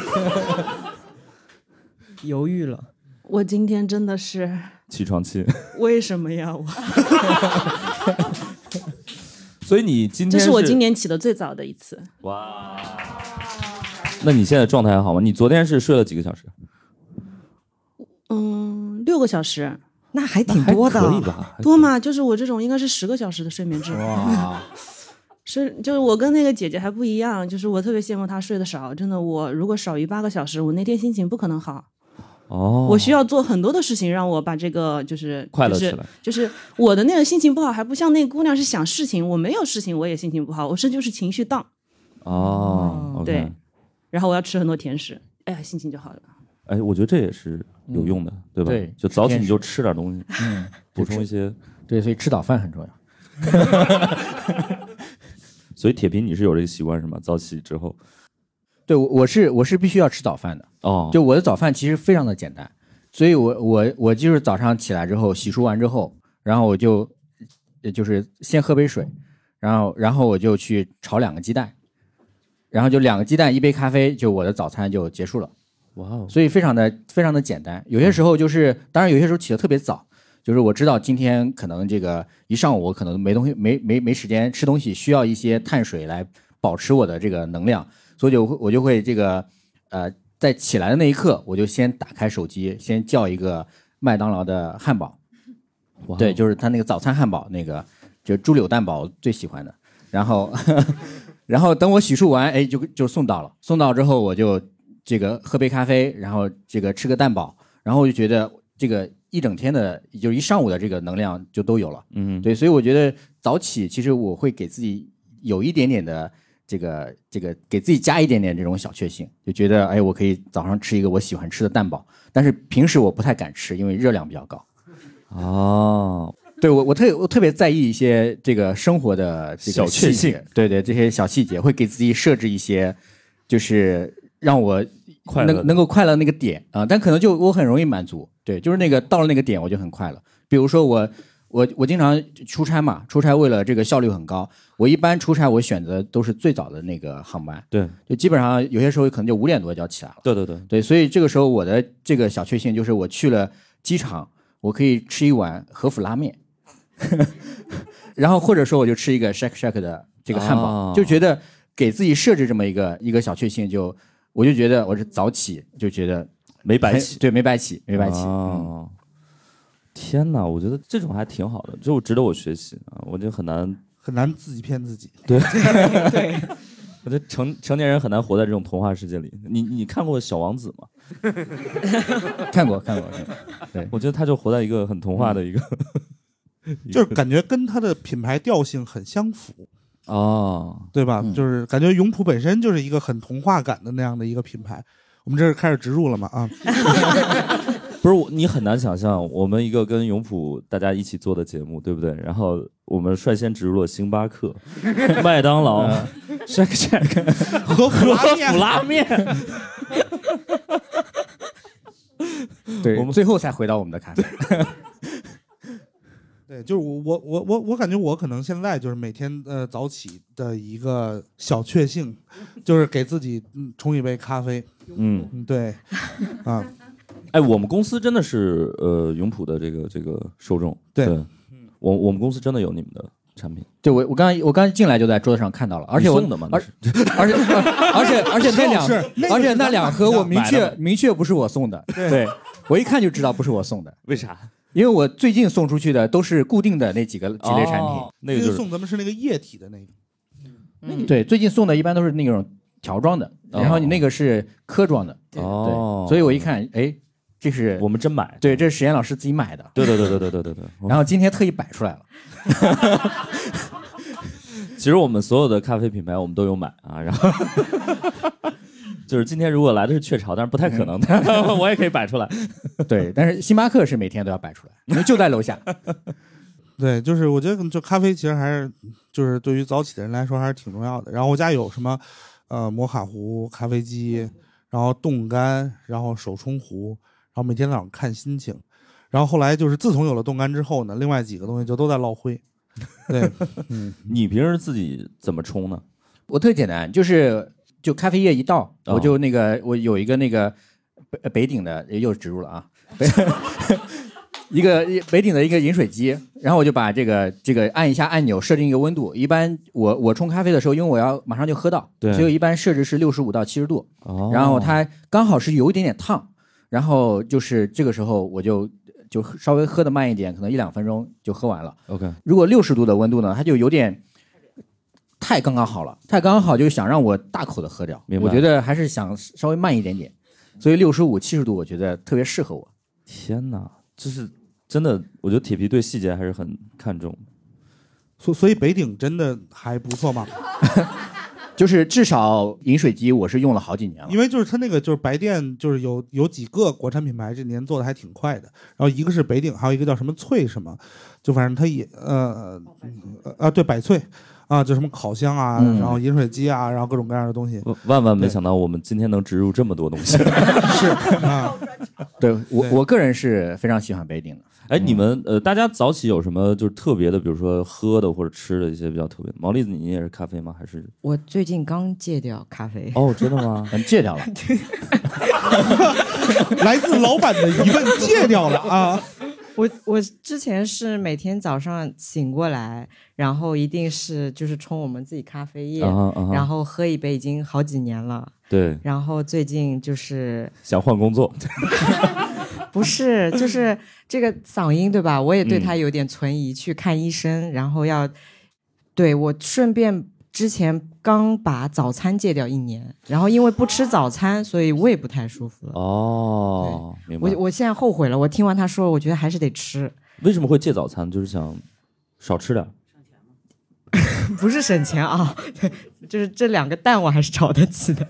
犹豫了。 我今天真的是起床气， 为什么呀？我， 所以你今天这是我今年起的最早的一次。 哇，那你现在状态还好吗？你昨天是睡了几个小时？ 嗯，六个小时， 那还挺多的， 可以吧？ 多吗？就是我这种应该是十个小时的睡眠质量。 哇， 是，就是我跟那个姐姐还不一样，就是我特别羡慕她睡得少，真的，我如果少于八个小时，我那天心情不可能好。 哦， 我需要做很多的事情，让我把这个就是快乐起来。 就是、就是我的那个心情不好，还不像那个姑娘是想事情，我没有事情我也心情不好，我是就是情绪荡。 哦， 对，然后我要吃很多甜食，哎呀，心情就好了。 哎，我觉得这也是有用的，嗯、对吧？ 对， 就早起你就吃点东西， 嗯， 补充一些。 对，所以吃早饭很重要。 所以铁平，你是有这个习惯是吗？早起之后。 对，我我是我是必须要吃早饭的哦。 就我的早饭其实非常的简单，所以我我我就是早上起来之后洗漱完之后，然后我就就是先喝杯水，然后然后我就去炒两个鸡蛋，然后就两个鸡蛋一杯咖啡，就我的早餐就结束了。 哇哦！ 所以非常的非常的简单。有些时候就是，当然有些时候起得特别早，就是我知道今天可能这个一上午我可能没东西没没没时间吃东西，需要一些碳水来保持我的这个能量。所以就我就会这个，呃，在起来的那一刻，我就先打开手机，先叫一个麦当劳的汉堡，对，就是他那个早餐汉堡，那个就猪柳蛋堡最喜欢的。然后，然后等我洗漱完，哎，就就送到了。送到之后，我就这个喝杯咖啡，然后这个吃个蛋堡，然后我就觉得这个一整天的，就是一上午的这个能量就都有了。 嗯， 对，所以我觉得早起其实我会给自己有一点点的。这个这个给自己加一点点这种小确幸，就觉得哎，我可以早上吃一个我喜欢吃的蛋堡，但是平时我不太敢吃，因为热量比较高。 哦， 对我我特我特别在意一些这个生活的这个小确幸， 对对，这些小细节会给自己设置一些，就是让我能能够快乐那个点啊、呃，但可能就我很容易满足，对，就是那个到了那个点我就很快乐。比如说我。 我我经常出差嘛，出差为了这个效率很高，我一般出差我选择都是最早的那个航班， 对， 就基本上有些时候可能就五点多就要起来了。 对对对对，所以这个时候我的这个小确幸就是我去了机场，我可以吃一碗和府拉面，然后或者说我就吃一个 Shake Shack 的这个汉堡， 哦就觉得给自己设置这么一个一个小确幸，就我就觉得我是早起，就觉得没白起， 对，没白起，没白起。 哦，天哪，我觉得这种还挺好的，就值得我学习啊！我觉得很难很难自己骗自己。 对对， 我觉得成成年人很难活在这种童话世界里。你你看过《小王子》吗？ 看过，看过。看过对， 我觉得他就活在一个很童话的一个， 就是感觉跟他的品牌调性很相符。 哦， 对吧？ 嗯就是感觉永璞本身就是一个很童话感的那样的一个品牌。我们这是开始植入了嘛？啊， 不是我，你很难想象我们一个跟永璞大家一起做的节目，对不对？然后我们率先植入了星巴克、麦当劳、Shake Shack 和府拉面， 府拉面。 对， 我们最后才回到我们的咖啡。 对，就是我我我我我感觉我可能现在就是每天呃早起的一个小确幸，就是给自己嗯冲一杯咖啡。 嗯嗯，对，啊， 哎，我们公司真的是呃永璞的这个这个受众。 对， 我我们公司真的有你们的产品。 对，我我刚我刚进来就在桌子上看到了，而且我送的吗？ 而而且而且而且那两是那个而且那两盒我明确买的明确不是我送的，对我一看就知道不是我送的， 为啥？ 因为我最近送出去的都是固定的那几个几类产品， 哦那个就是送咱们是那个液体的那个。 嗯，对，最近送的一般都是那种条装的， 哦然后你那个是颗装的， 哦对，所以我一看，哎，这是我们真买， 对，这是实验老师自己买的， 对对对对对对对对。 然后今天特意摆出来了。 其实我们所有的咖啡品牌我们都有买啊，然后就是今天如果来的是雀巢，但是不太可能的， 嗯我也可以摆出来。 对，但是星巴克是每天都要摆出来，因为就在楼下。 对，就是我觉得就咖啡其实还是就是对于早起的人来说还是挺重要的。然后我家有什么呃摩卡壶、咖啡机，然后冻干，然后手冲壶，然后每天早上看心情。然后后来就是自从有了冻干之后呢，另外几个东西就都在落灰。对，嗯， 你平时自己怎么冲呢？ 我特简单，就是就咖啡液一倒， 哦我就那个我有一个那个北北鼎的又植入了啊，北一个北鼎的一个饮水机，然后我就把这个这个按一下按钮设定一个温度，一般我我冲咖啡的时候，因为我要马上就喝到， 对所以我一般设置是六十五到七十度， 哦然后它刚好是有一点点烫，然后就是这个时候我就就稍微喝的慢一点，可能一两分钟就喝完了。 OK， 如果六十度的温度呢，它就有点太刚刚好了，太刚刚好就想让我大口的喝掉。 明白我觉得还是想稍微慢一点点，所以六十五、七十度我觉得特别适合我。 天哪，就是真的，我觉得铁皮对细节还是很看重。 所所以北鼎真的还不错嘛。 就是至少饮水机我是用了好几年了， 因为就是它那个就是白电，就是有有几个国产品牌这年做的还挺快的，然后一个是北鼎，还有一个叫什么翠什么，就反正它也呃呃啊对百萃啊，就什么烤箱啊， 嗯然后饮水机啊，然后各种各样的东西。 万万没想到我们今天能植入这么多东西。 是啊， 对我对我个人是非常喜欢北鼎的。 哎，你们呃，大家早起有什么就是特别的，比如说喝的或者吃的一些比较特别的？毛栗子，你也是咖啡吗？还是？ 我最近刚戒掉咖啡。 哦，真的吗？ 嗯，戒掉了。 来自老板的疑问，戒掉了啊。 我我之前是每天早上醒过来，然后一定是就是冲我们自己咖啡液， 啊哈啊哈然后喝一杯，已经好几年了。 对， 然后最近就是想换工作。 不是，就是这个嗓音对吧？我也对嗯他有点存疑，去看医生，然后要对我顺便之前刚把早餐戒掉一年，然后因为不吃早餐，所以胃不太舒服了。 哦，明白。 我我现在后悔了，我听完他说，我觉得还是得吃。 为什么会戒早餐？就是想少吃点。 不是省钱啊，就是这两个蛋我还是炒得起的。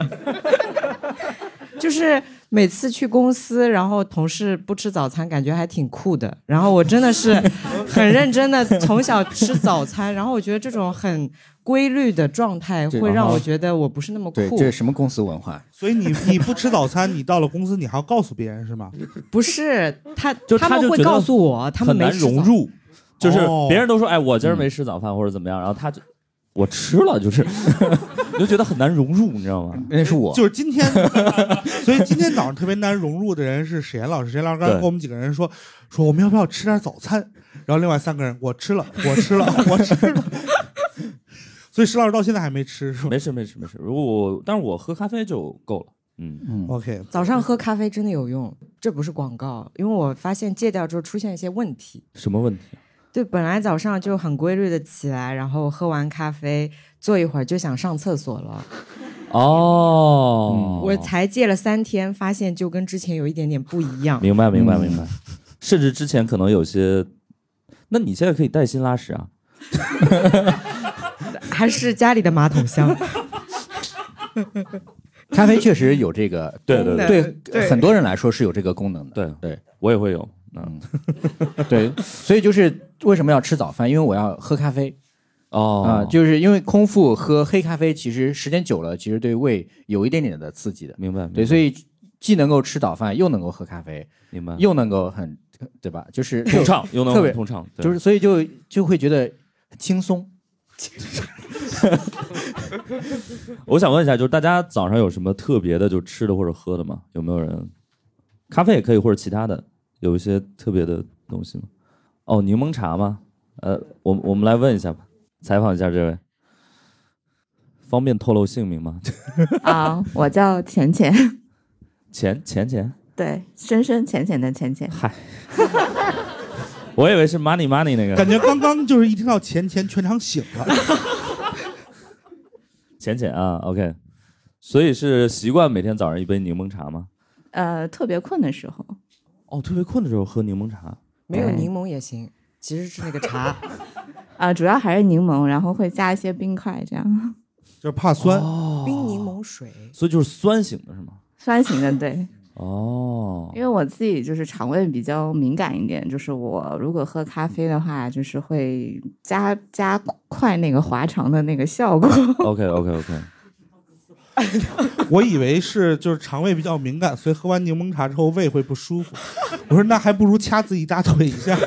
就是每次去公司，然后同事不吃早餐，感觉还挺酷的。然后我真的是很认真的从小吃早餐，然后我觉得这种很规律的状态会让我觉得我不是那么酷。 对，这是什么公司文化？ 所以你你不吃早餐，你到了公司你还要告诉别人是吗？ 不是他， 就他们会就觉得告诉我，他们很难没吃早融入。 就是别人都说哎我今儿没吃早饭或者怎么样，然后他就我吃了，就是你就觉得很难融入，你知道吗？ 那是我， 就是今天，所以今天早上特别难融入的人是史岩老师。史岩老师刚才跟我们几个人说，说我们要不要吃点早餐？然后另外三个人，我吃了，我吃了，我吃了。所以史老师到现在还没吃，是吧？ 没事没事没事，如果我但是我喝咖啡就够了。嗯嗯 ，OK。 早上喝咖啡真的有用，这不是广告，因为我发现戒掉之后出现一些问题。 什么问题？ 对，本来早上就很规律的起来，然后喝完咖啡坐一会儿就想上厕所了。 哦， 我才戒了三天，发现就跟之前有一点点不一样。 明白明白明白，甚至之前可能有些，那你现在可以带薪拉屎啊？ 还是家里的马桶香。 咖啡确实有这个， 对对对对， 很多人来说是有这个功能的。 对对， 我也会有。嗯， 对，所以就是为什么要吃早饭？因为我要喝咖啡。 哦， 啊、呃，就是因为空腹喝黑咖啡，其实时间久了，其实对胃有一点点的刺激的。 明白。明白对，所以既能够吃早饭，又能够喝咖啡， 明白， 又能够很，对吧？就是通畅，又能特别通畅， 就是所以就就会觉得轻松。 我想问一下，就是大家早上有什么特别的就吃的或者喝的吗？有没有人？咖啡也可以，或者其他的，有一些特别的东西吗？哦，柠檬茶吗？呃，我我们来问一下吧，采访一下这位，方便透露姓名吗？ 啊，我叫浅浅， 浅浅浅， 对，深深浅浅的浅浅。 嗨，我以为是 money money 那个， 感觉刚刚就是一听到钱钱，全场醒了。 浅浅啊 ，OK， 所以是习惯每天早上一杯柠檬茶吗？ 呃，特别困的时候。 哦，特别困的时候喝柠檬茶， 没有柠檬也行，其实是那个茶。 啊、呃，主要还是柠檬，然后会加一些冰块，这样。 就是怕酸， 哦、 冰柠檬水， 所以就是酸型的是吗？ 酸型的，对。 哦， 因为我自己就是肠胃比较敏感一点，就是我如果喝咖啡的话，就是会加加快那个滑肠的那个效果。 OK OK OK。 我以为是就是肠胃比较敏感，所以喝完柠檬茶之后胃会不舒服。我说那还不如掐自己大腿一下。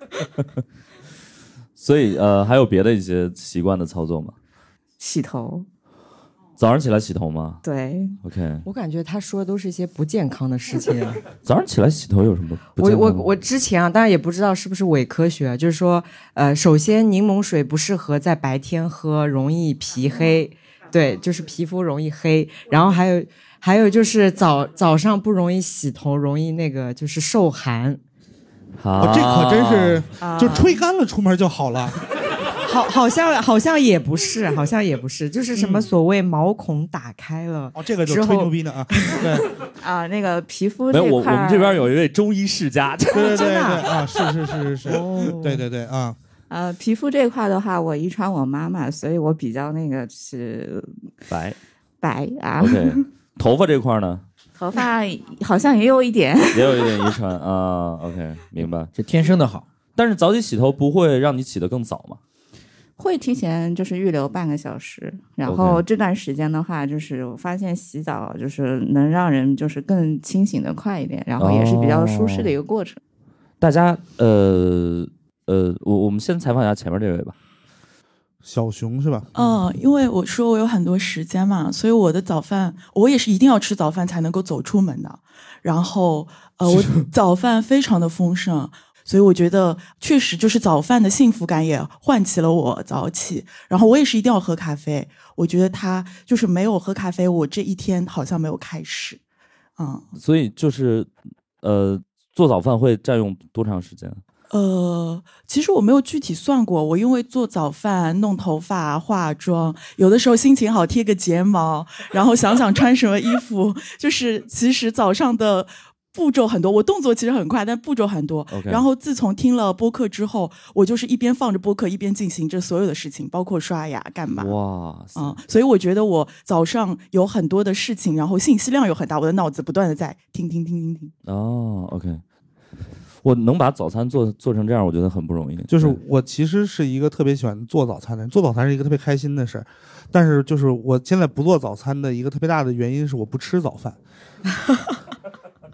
所以呃，还有别的一些习惯的操作吗？ 洗头。 早上起来洗头吗？ 对 ，OK。 我感觉他说的都是一些不健康的事情。 早上起来洗头有什么不健康？我我我之前啊，当然也不知道是不是伪科学啊，就是说，呃，首先柠檬水不适合在白天喝，容易皮黑，对，就是皮肤容易黑。然后还有还有就是早早上不容易洗头，容易那个就是受寒。 啊， 哦、这可真是，就吹干了出门就好了。 好，好像好像也不是，好像也不是，就是什么所谓毛孔打开了， 哦，这个就吹牛逼呢啊！对啊，那个皮肤没有，我我们这边有一位中医世家， 对对对对啊，是是是是是，哦、对对对啊。 呃，皮肤这块的话，我遗传我妈妈，所以我比较那个是白白啊。 OK， 头发这块呢？ 头发好像也有一点， 也有一点遗传啊。OK， 明白， 这天生的好。 但是早起洗头不会让你起得更早吗？ 会提前就是预留半个小时，然后这段时间的话，就是我发现洗澡就是能让人就是更清醒的快一点，然后也是比较舒适的一个过程。 哦、大家呃呃，我我们先采访一下前面这位吧， 小熊是吧？ 嗯，因为我说我有很多时间嘛，所以我的早饭我也是一定要吃早饭才能够走出门的。然后呃，我早饭非常的丰盛。所以我觉得确实就是早饭的幸福感也唤起了我早起，然后我也是一定要喝咖啡。我觉得它就是没有喝咖啡，我这一天好像没有开始。嗯， 所以就是呃，做早饭会占用多长时间？ 呃，其实我没有具体算过，我因为做早饭、弄头发、化妆，有的时候心情好贴个睫毛，然后想想穿什么衣服，就是其实早上的步骤很多，我动作其实很快，但步骤很多。 Okay. 然后自从听了播客之后，我就是一边放着播客，一边进行这所有的事情，包括刷牙、干嘛。 哇， 嗯，所以我觉得我早上有很多的事情，然后信息量又很大，我的脑子不断的在听听听听听。 哦 ，OK， 我能把早餐做做成这样，我觉得很不容易。 就是我其实是一个特别喜欢做早餐的人，做早餐是一个特别开心的事儿，但是就是我现在不做早餐的一个特别大的原因是我不吃早饭。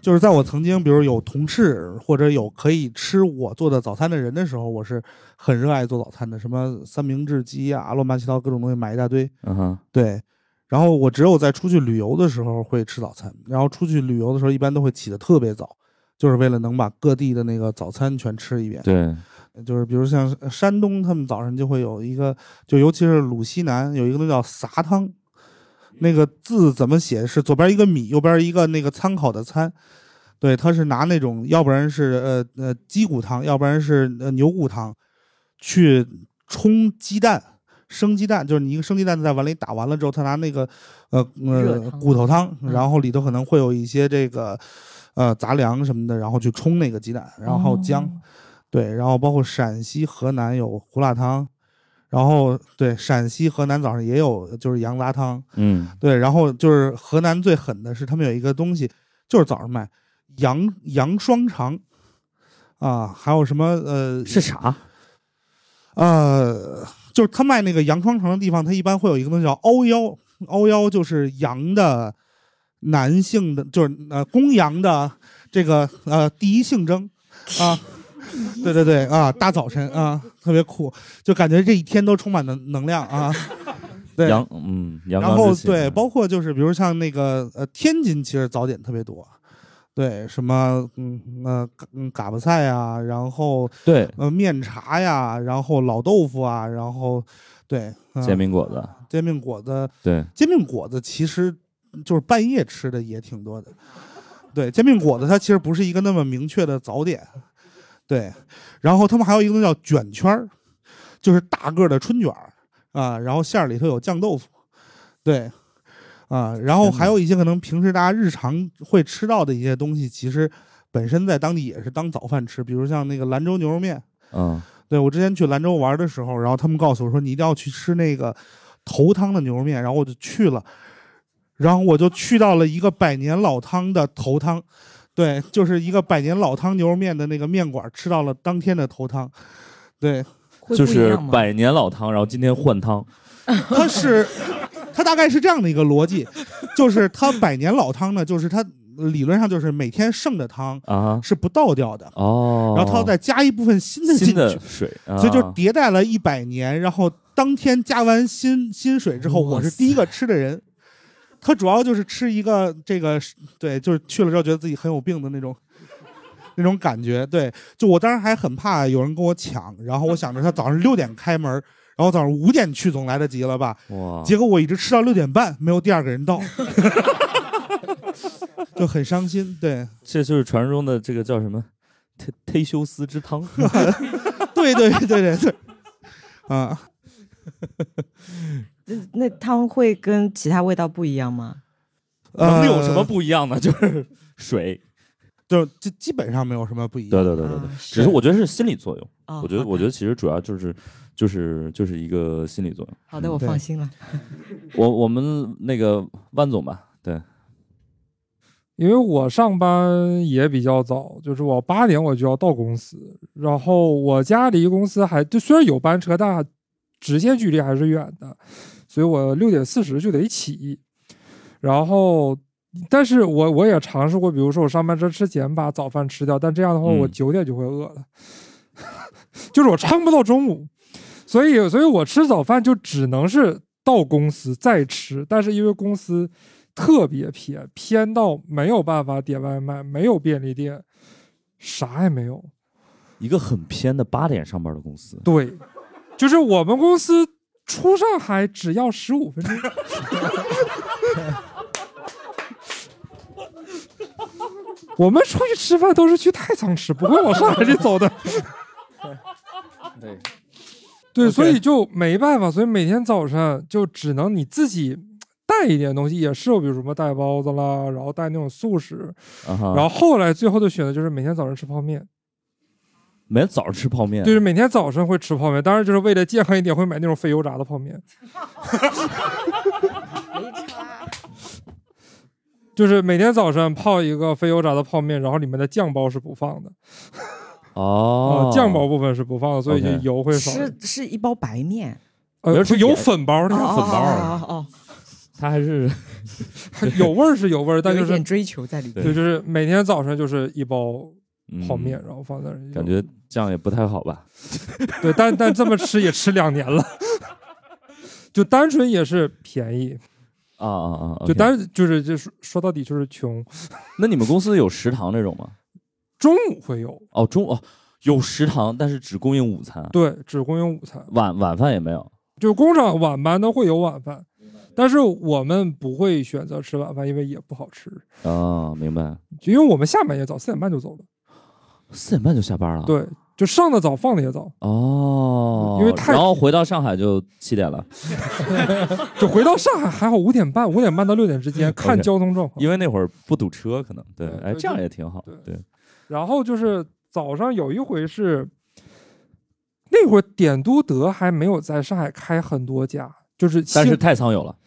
就是在我曾经比如有同事或者有可以吃我做的早餐的人的时候，我是很热爱做早餐的，什么三明治鸡啊，乱七八糟各种东西买一大堆。 嗯哼， 对。然后我只有在出去旅游的时候会吃早餐，然后出去旅游的时候一般都会起得特别早，就是为了能把各地的那个早餐全吃一遍。 对， 就是比如像山东，他们早上就会有一个，就尤其是鲁西南有一个东西叫撒汤，那个字怎么写？是左边一个米，右边一个那个参考的参。对，他是拿那种，要不然是呃呃鸡骨汤，要不然是呃牛骨汤，去冲鸡蛋。生鸡蛋就是你一个生鸡蛋在碗里打完了之后，他拿那个呃呃骨头汤，然后里头可能会有一些这个呃杂粮什么的，然后去冲那个鸡蛋，然后姜，哦、对，然后包括陕西、河南有胡辣汤，然后对陕西、河南早上也有就是羊杂汤， 嗯， 对，然后就是河南最狠的是他们有一个东西，就是早上卖羊羊双肠啊，还有什么呃是啥？ 呃。就是他卖那个羊双肠的地方，他一般会有一个东西叫凹腰，凹腰就是羊的男性的，就是呃公羊的这个呃第一性征啊，对对对啊，大早晨啊，特别酷，就感觉这一天都充满了能量啊。对， 阳嗯，阳然后对，包括就是比如像那个呃天津其实早点特别多。对，什么嗯呃嗯嘎巴菜呀，然后对呃面茶呀，然后老豆腐啊，然后对、呃、 煎饼果子， 煎饼果子， 对， 煎饼果子其实就是半夜吃的也挺多的。对，煎饼果子它其实不是一个那么明确的早点。对，然后他们还有一个东西叫卷圈，就是大个的春卷啊，然后馅里头有酱豆腐。对。啊，然后还有一些可能平时大家日常会吃到的一些东西，其实本身在当地也是当早饭吃，比如像那个兰州牛肉面。 嗯， 对，我之前去兰州玩的时候，然后他们告诉我说你一定要去吃那个头汤的牛肉面，然后我就去了，然后我就去到了一个百年老汤的头汤，对，就是一个百年老汤牛肉面的那个面馆，吃到了当天的头汤。对， 就是百年老汤，然后今天换汤。 它是。它大概是这样的一个逻辑，就是它百年老汤呢，就是它理论上就是每天剩的汤啊是不倒掉的哦， 然后它要再加一部分新的进去水， 啊、所以就迭代了一百年，然后当天加完新新水之后，我是第一个吃的人。它主要就是吃一个这个，对，就是去了之后觉得自己很有病的那种那种感觉。对，就我当时还很怕有人跟我抢，然后我想着他早上六点开门。然后早上五点去总来得及了吧？ 哇！ 结果我一直吃到六点半，没有第二个人到，就很伤心。对， 这就是传说中的这个叫什么忒忒修斯之汤。 对对对对对，啊， 那汤会跟其他味道不一样吗？ 能有什么不一样呢？就是水。 就基基本上没有什么不一样。 对对对对对，只是我觉得是心理作用。 哦、 我觉得我觉得其实主要就是就是就是一个心理作用。 好的，我放心了。 我我们那个万总吧，对， 因为我上班也比较早，就是我八点我就要到公司，然后我家离公司还就虽然有班车，但直线距离还是远的，所以我六点四十就得起，然后。但是我我也尝试过，比如说我上班车之前把早饭吃掉，但这样的话我九点就会饿了，嗯、就是我撑不到中午，所以所以我吃早饭就只能是到公司再吃，但是因为公司特别偏，偏到没有办法点外卖，没有便利店，啥也没有， 一个很偏的八点上班的公司。 对，就是我们公司出上海只要十五分钟。我们出去吃饭都是去太仓吃，不会往上海里走的。 对， 对，所以就没办法，所以每天早上就只能你自己带一点东西，也是有比如什么带包子啦，然后带那种速食， uh-huh. 然后后来最后的选择就是每天早上吃泡面。 每天早上吃泡面？ 对，每天早上会吃泡面，当然就是为了健康一点，会买那种非油炸的泡面。就是每天早上泡一个非油炸的泡面，然后里面的酱包是不放的。 哦， 呃、酱包部分是不放的，所以就油会少。 是是一包白面， 呃，是有粉包的， 哦、 粉包哦哦哦。 他还是有味儿是有味儿，但就是有一点追求在里面。 对，就是每天早上就是一包泡面，嗯、然后放在那儿， 感觉这样也不太好吧？ 对，但但这么吃也吃两年了，就单纯也是便宜。 啊啊啊！ 就单就是就是说到底就是穷。 那你们公司有食堂这种吗？ 中午会有哦，中午、哦、有食堂，但是只供应午餐。 对，只供应午餐， 晚晚饭也没有。 就工厂晚班都会有晚饭，但是我们不会选择吃晚饭，因为也不好吃。 啊，明白。 因为我们下班也早，四点半就走了。 四点半就下班了？ 对。就上的早，放的也早哦， 因为太然后回到上海就七点了， 就回到上海还好五点半，五点半到六点之间看交通状况， 因为那会儿不堵车，可能对， 对哎，这样也挺好，对。对然后就是早上有一回是，那会儿点都德还没有在上海开很多家，就是但是太仓有了。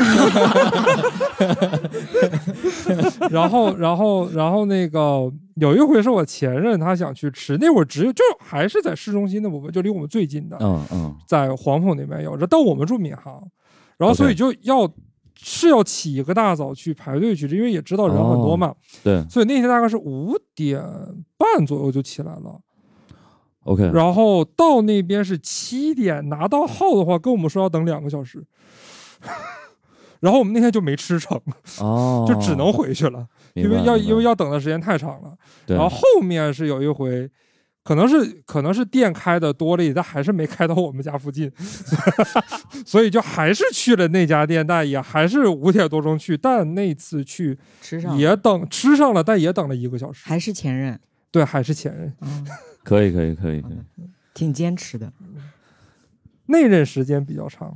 然后，然后，然后那个有一回是我前任他想去吃，那会儿只有就还是在市中心的部分，就离我们最近的， 嗯嗯， 在黄埔那边有，但我们住闵行，然后所以就要、okay. 是要起一个大早去排队去，因为也知道人很多嘛，哦、 对， 所以那天大概是五点半左右就起来了。 OK， 然后到那边是七点，拿到号的话跟我们说要等两个小时。然后我们那天就没吃成， 哦， 就只能回去了，因为要因为要等的时间太长了。然后后面是有一回，可能是可能是店开的多了一点，但还是没开到我们家附近，所以就还是去了那家店，但也还是五点多钟去，但那次去吃上也等吃上了，但也等了一个小时。 还是前任？ 对，还是前任。 嗯、 可以可以可以可以， 挺坚持的。 那任时间比较长。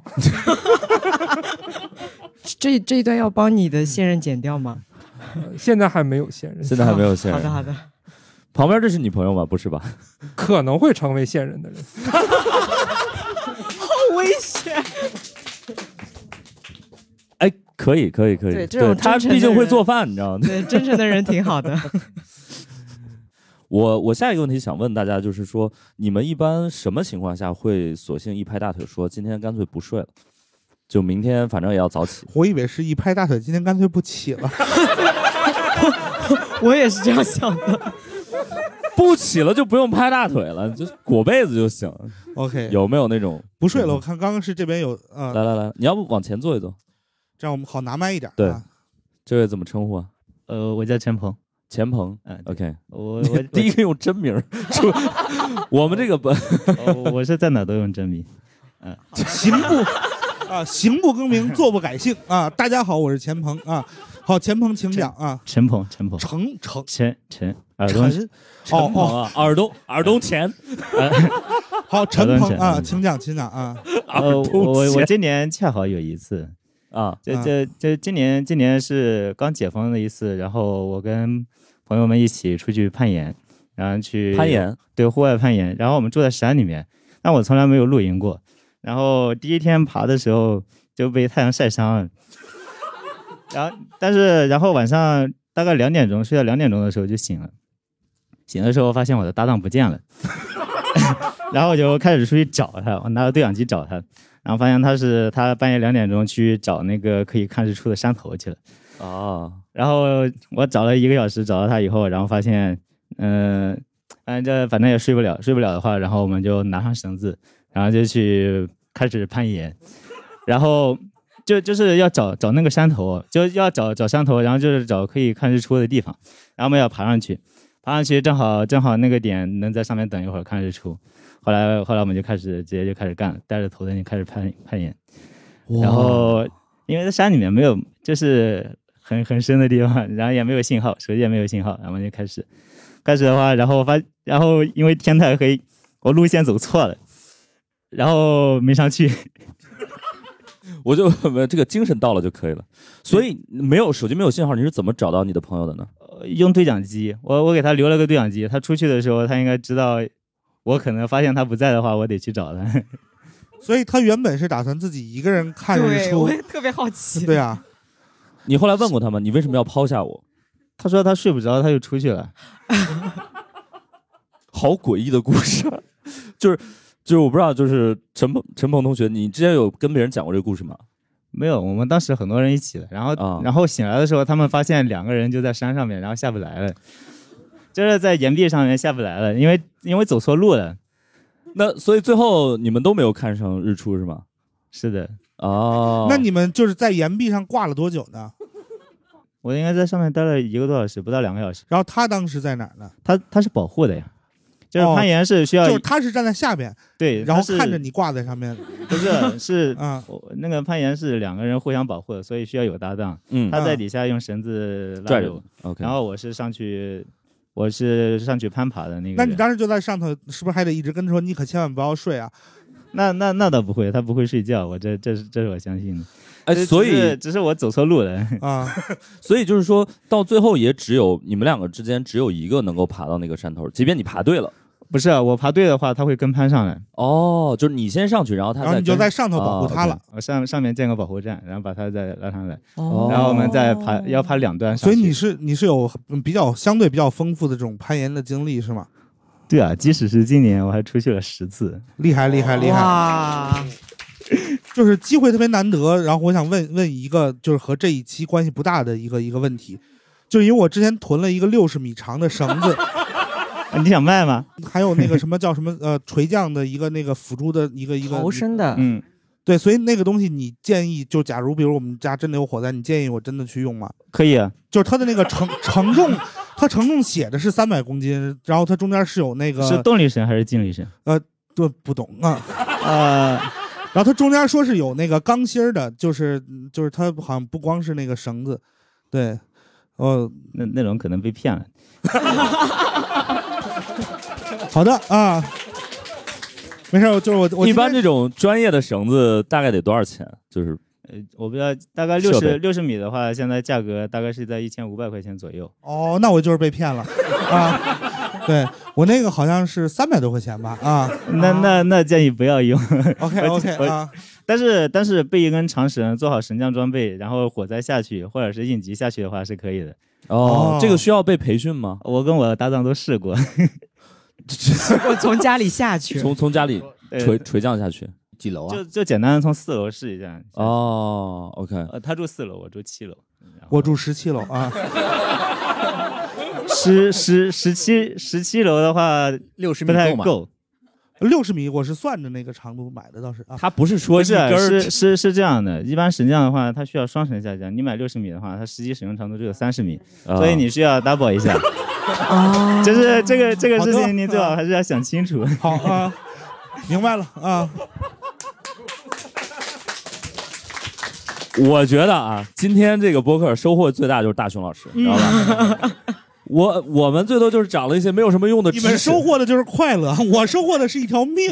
这这一段要帮你的现任剪掉吗？ 呃、现在还没有现任， 现在还没有现任。 好的好的。 旁边这是你朋友吗？不是吧？ 可能会成为现任的人。 好危险！ 哎，可以可以可以。 对，这种他毕竟会做饭，你知道吗？ 对，真诚的人挺好的。 我我下一个问题想问大家，就是说你们一般什么情况下会索性一拍大腿说今天干脆不睡了？就明天反正也要早起。 我以为是一拍大腿，今天干脆不起了。 我也是这样想的。 不起了就不用拍大腿了，就裹被子就行。 OK， 有没有那种不睡了？我看刚刚是这边有呃， 来来来，你要不往前坐一坐， 这样我们好拿麦一点。 对， 啊、 这位怎么称呼啊？ 呃，我叫钱鹏。 钱鹏， 嗯 ，OK， 我我第一个用真名，我们这个本、 哦，我是在哪都用真名， 嗯，行不啊，行不更名，坐不改姓啊。大家好，我是钱鹏啊。好，钱鹏请讲啊。 陈鹏，陈鹏， 程程钱钱耳东， 哦哦，耳东耳东钱， 好，陈鹏啊，请讲，请讲啊。 呃，我我今年恰好有一次。 啊， 这这这今年今年是刚解封的一次，然后我跟朋友们一起出去攀岩，然后去攀岩， 对，户外攀岩。然后我们住在山里面，但我从来没有露营过。然后第一天爬的时候就被太阳晒伤了，然后但是然后晚上大概两点钟睡到两点钟的时候就醒了，醒的时候发现我的搭档不见了，然后我就开始出去找他，我拿着对讲机找他。然后发现他是他半夜两点钟去找那个可以看日出的山头去了， 哦， 然后我找了一个小时找到他以后，然后发现，嗯、呃，反正反正也睡不了，睡不了的话，然后我们就拿上绳子，然后就去开始攀岩，然后就就是要找找那个山头，就要找找山头，然后就是找可以看日出的地方，然后我们要爬上去，爬上去正好正好那个点能在上面等一会儿看日出。后来，后来我们就开始直接就开始干了，带着头灯就开始攀攀岩，然后因为在山里面没有，就是很很深的地方，然后也没有信号，手机也没有信号，然后我们就开始，开始的话，然后发，然后因为天太黑，我路线走错了，然后没上去， 我就这个精神到了就可以了。所以没有手机没有信号，你是怎么找到你的朋友的呢？ 呃、用对讲机，我我给他留了个对讲机，他出去的时候他应该知道。我可能发现他不在的话，我得去找他。 所以他原本是打算自己一个人看日出。 对，我也特别好奇。 对啊， 你后来问过他吗？你为什么要抛下我？ 他说他睡不着，他就出去了。 好诡异的故事，就是就是我不知道，就是陈鹏陈鹏同学，你之前有跟别人讲过这个故事吗？ 没有，我们当时很多人一起的，然后、哦、然后醒来的时候，他们发现两个人就在山上面，然后下不来了，就是在岩壁上面下不来了，因为因为走错路了。 那所以最后你们都没有看上日出是吗？ 是的。 哦， 那你们就是在岩壁上挂了多久呢？ 我应该在上面待了一个多小时，不到两个小时。 然后他当时在哪儿呢？ 他他是保护的呀，就是攀岩是需要， 哦、就是他是站在下边， 对， 然后看着你挂在上面。 不是，是啊、 嗯，那个攀岩是两个人互相保护的，所以需要有搭档。 嗯， 他在底下用绳子拽着我， OK， 然后我是上去，我是上去攀爬的那个。 那你当时就在上头，是不是还得一直跟他说你可千万不要睡啊？ 那那那倒不会，他不会睡觉，我这这是这是我相信的。 哎，所以只 是, 只是我走错路了啊， 所以就是说到最后也只有你们两个之间只有一个能够爬到那个山头，即便你爬对了。 不是、啊，我爬对的话，他会跟攀上来。 哦，就是你先上去，然后他再， 然后你就在上头保护他了。 哦 okay、我上上面建个保护站，然后把他再拉上来。哦，然后我们再爬，要爬两段上去。 所以你是你是有比较相对比较丰富的这种攀岩的经历是吗？ 对啊，即使是今年我还出去了十次， 厉害厉害厉害！哇，就是机会特别难得。然后我想问问一个，就是和这一期关系不大的一个一个问题，就是因为我之前囤了一个六十米长的绳子， 你想卖吗？ 还有那个什么叫什么呃垂降的一个那个辅助的一个一个逃生的， 嗯， 对，所以那个东西你建议，就假如比如我们家真的有火灾，你建议我真的去用吗？ 可以啊， 就是它的那个承承重。它承重写的是三百公斤，然后它中间是有那个是动力绳还是静力绳？ 呃，对，不懂啊， 呃， 然后它中间说是有那个钢芯的，就是就是它好像不光是那个绳子，对，哦， 那那种可能被骗了。 好的啊，没事，就是我我一般这种专业的绳子大概得多少钱？就是呃，我不知道，大概六十六十米的话，现在价格大概是在一千五百块钱左右。 哦，那我就是被骗了啊！对我那个好像是三百多块钱吧？啊， 那那那建议不要用。 OK OK 啊， 但是但是备一根长绳，做好绳降装备，然后火灾下去或者是应急下去的话是可以的。 哦，这个需要被培训吗？ 我跟我搭档都试过。 我从家里下去， 从从家里垂垂降下去。 几楼啊？ 就就简单的从四楼试一下。 哦 ，OK， 呃，他住四楼，我住七楼， 我住十七楼啊。 十十十七十七楼的话， 六十米不太够。 六十米我是算着那个长度买的，倒是啊。 他不是说是是是是这样的，一般绳降的话，它需要双绳下降。你买六十米的话，它实际使用长度只有三十米， 哦、 所以你需要 double 一下。哦，就是这个这个事情，你最好还是要想清楚。 好啊，明白了啊。 我觉得啊，今天这个播客收获最大就是大熊老师，知道吧？我我们最多就是长了一些没有什么用的知识， 你们收获的就是快乐，我收获的是一条命。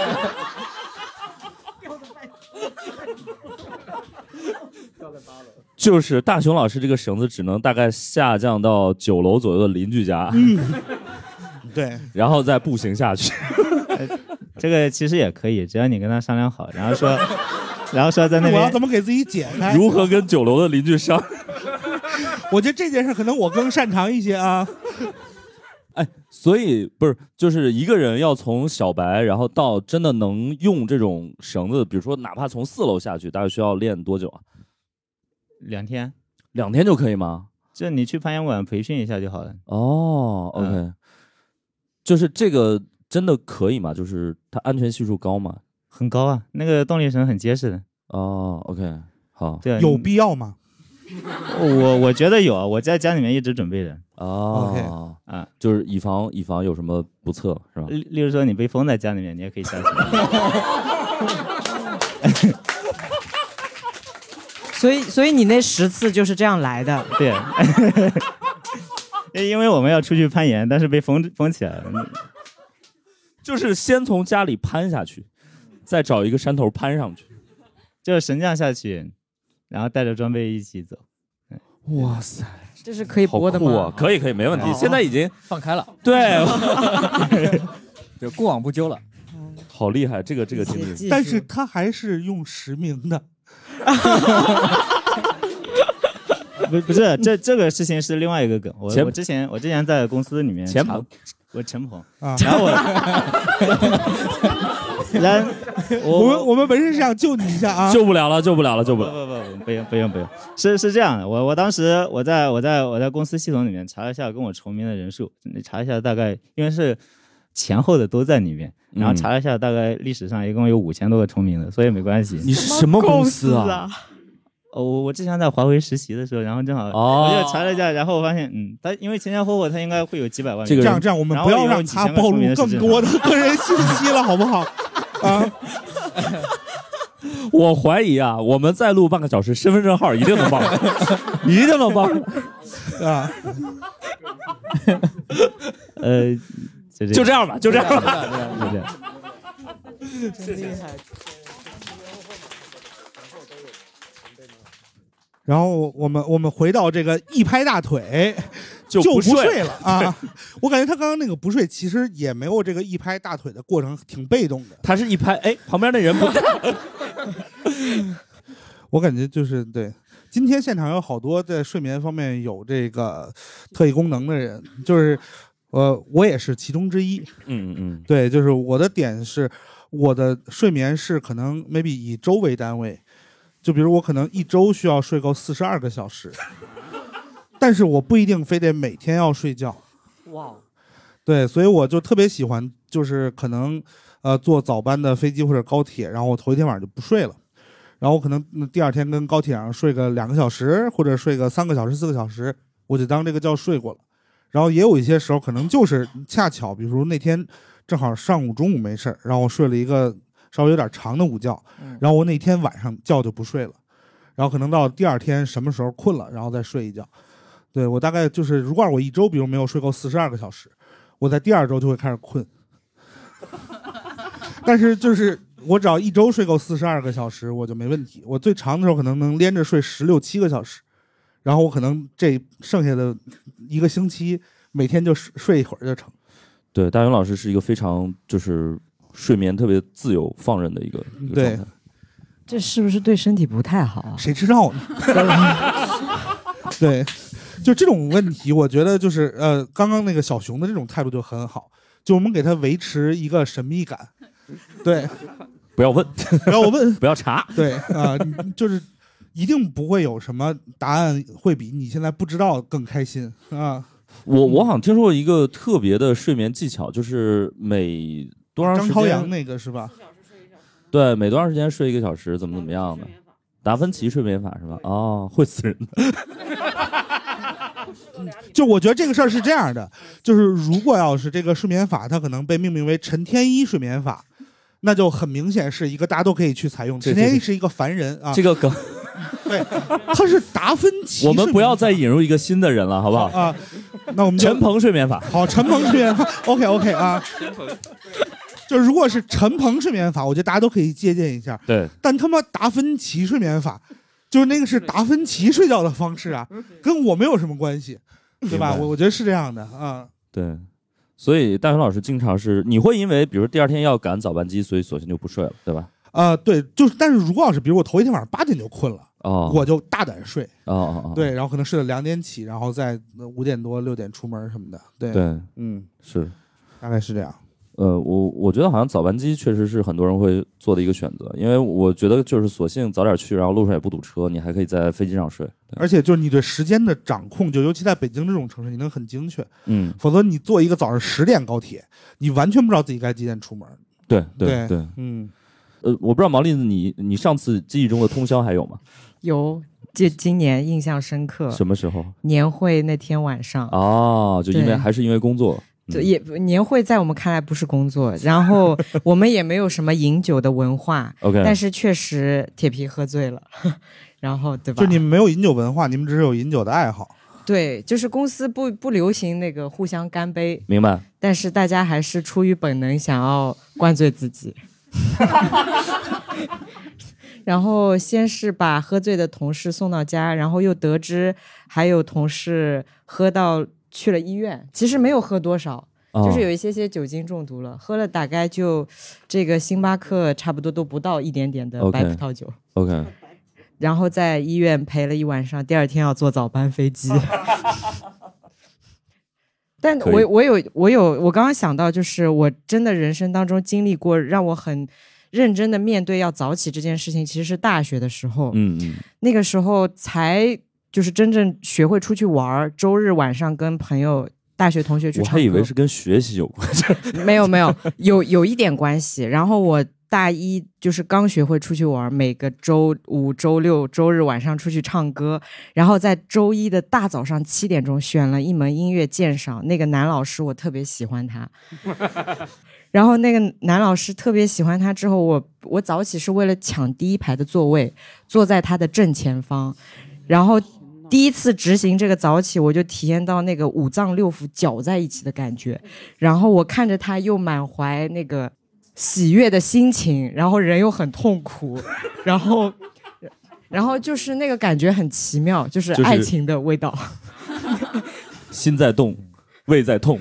就是大熊老师这个绳子只能大概下降到九楼左右的邻居家， 嗯，对， 然后再步行下去。 这个其实也可以，只要你跟他商量好，然后说，然后说在那边我要怎么给自己解开？ 如何跟九楼的邻居商？ 我觉得这件事可能我更擅长一些啊。 哎，所以不是就是一个人要从小白，然后到真的能用这种绳子，比如说哪怕从四楼下去，大概需要练多久啊？ 两天， 两天就可以吗？ 就你去攀岩馆培训一下就好了。 哦 ，OK，、嗯、就是这个真的可以吗？就是它安全系数高吗？ 很高啊，那个动力绳很结实的。 哦 ，OK， 好， 对， 有必要吗？ 我我觉得有啊，我在家里面一直准备着。 哦 ，OK， 啊，就是以防以防有什么不测，是吧？ 例例如说你被封在家里面，你也可以下去。 所以，所以你那十次就是这样来的。 对，因为我们要出去攀岩，但是被封封起来了。 就是先从家里攀下去，再找一个山头攀上去， 就是绳降下去，然后带着装备一起走。 哇塞， 这是可以播的吗？ 啊、可以，可以，没问题。现在已经放开了。 对， 就过往不究了。 好厉害，这个这个经历。 但是他还是用实名的。 不不是，这这个事情是另外一个梗。我我之前我之前在公司里面， 钱鹏， 我陈鹏， 啊、 然后我然我们我们本身是想救你一下啊， 救不了了，救不了了，救不了。 不不不，不用不用不用，是是这样的，我我当时我在我在我在公司系统里面查了一下跟我重名的人数，查一下大概因为是前后的都在里面，然后查了一下大概历史上一共有五千多个重名的，所以没关系。 你是什么公司啊？ 哦，我我之前在华为实习的时候，然后正好我就查了一下，然后我发现，嗯，他因为前前后后他应该会有几百万。 这个这样这样，我们不要让他暴露更多的个人信息了，好不好？啊， 我怀疑啊，我们再录半个小时，身份证号一定能报，一定能报啊。 呃，就就这样吧，就这样吧， 就这样。 真厉害。 然后我们我们回到这个一拍大腿就不睡睡了啊！我感觉他刚刚那个不睡其实也没有这个一拍大腿的过程，挺被动的。 他是一拍，哎，旁边那人不我感觉就是对。今天现场有好多在睡眠方面有这个特异功能的人，就是呃，我也是其中之一。 嗯嗯， 对，就是我的点是，我的睡眠是可能 maybe 以周为单位。就比如我可能一周需要睡够四十二个小时，但是我不一定非得每天要睡觉。 哇， 对，所以我就特别喜欢，就是可能呃坐早班的飞机或者高铁，然后我头一天晚上就不睡了，然后我可能第二天跟高铁上睡个两个小时，或者睡个三个小时、四个小时，我就当这个觉睡过了。然后也有一些时候可能就是恰巧，比如那天正好上午、中午没事儿，然后我睡了一个稍微有点长的午觉，然后我那天晚上觉就不睡了，然后可能到第二天什么时候困了，然后再睡一觉。对，我大概就是，如果我一周比如没有睡够四十二个小时，我在第二周就会开始困。但是就是我只要一周睡够四十二个小时，我就没问题。我最长的时候可能能连着睡十六七个小时，然后我可能这剩下的一个星期每天就睡一会儿就成。 对，大勇老师是一个非常就是睡眠特别自由放任的一个一个状态。 这是不是对身体不太好啊？ 谁知道呢？对，就这种问题，我觉得就是呃，刚刚那个小熊的这种态度就很好，就我们给他维持一个神秘感。对， 不要问， 不要问， 不要查。 对啊、呃，就是一定不会有什么答案会比你现在不知道更开心啊。 我我好像听说过一个特别的睡眠技巧，就是每多长时间？ 张朝阳那个是吧？ 对，每多长时间睡一个小时，怎么怎么样的？达芬奇睡眠法是吧？哦，会死人的。 就我觉得这个事儿是这样的，就是如果要是这个睡眠法，它可能被命名为陈天一睡眠法，那就很明显是一个大家都可以去采用。陈天一是一个凡人啊， 这个梗， 对，他是达芬奇。 我们不要再引入一个新的人了，好不好？ 啊，那我们陈鹏睡眠法。 好，陈鹏睡眠法 ，OK OK 啊。就如果是陈鹏睡眠法，我觉得大家都可以借鉴一下。 对， 但他妈达芬奇睡眠法，就是那个是达芬奇睡觉的方式啊，跟我没有什么关系，对吧？我我觉得是这样的啊。 对，所以大雄老师经常是，你会因为比如第二天要赶早班机，所以索性就不睡了，对吧？ 啊、呃，对，就是，但是如果要是比如我头一天晚上八点就困了， 哦， 我就大胆睡， 哦哦哦， 对，然后可能睡到两点起，然后再五点多六点出门什么的，对对， 嗯， 是， 大概是这样。 呃，我我觉得好像早班机确实是很多人会做的一个选择，因为我觉得就是索性早点去，然后路上也不堵车，你还可以在飞机上睡。 而且就是你对时间的掌控，就尤其在北京这种城市，你能很精确。 嗯， 否则你坐一个早上十点高铁，你完全不知道自己该几点出门。 对对对, 对， 嗯， 呃，我不知道毛栗子你你上次记忆中的通宵还有吗？ 有，这今年印象深刻。 什么时候？ 年会那天晚上。 哦，就因为还是因为工作。 就也年会在我们看来不是工作，然后我们也没有什么饮酒的文化 ，OK， 但是确实铁皮喝醉了，然后对吧？ 就你们没有饮酒文化，你们只是有饮酒的爱好。 对，就是公司不不流行那个互相干杯， 明白？ 但是大家还是出于本能想要灌醉自己。然后先是把喝醉的同事送到家，然后又得知还有同事喝到去了医院，其实没有喝多少， 哦、 就是有一些些酒精中毒了，喝了大概就这个星巴克差不多都不到一点点的白葡萄酒。 OK，, okay. 然后在医院陪了一晚上，第二天要坐早班飞机。 但我我有我有我刚刚想到，就是我真的人生当中经历过让我很认真的面对要早起这件事情，其实是大学的时候。 嗯嗯， 那个时候才就是真正学会出去玩，周日晚上跟朋友、大学同学去唱歌。 我还以为是跟学习有关。 没有没有，有有一点关系。然后我大一就是刚学会出去玩，每个周五、周六、周日晚上出去唱歌，然后在周一的大早上七点钟选了一门音乐鉴赏，那个男老师我特别喜欢他。然后那个男老师特别喜欢他之后，我我早起是为了抢第一排的座位，坐在他的正前方。然后第一次执行这个早起，我就体验到那个五脏六腑搅在一起的感觉。然后我看着他又满怀那个喜悦的心情，然后人又很痛苦，然后然后就是那个感觉很奇妙，就是爱情的味道。 心在动，胃在痛。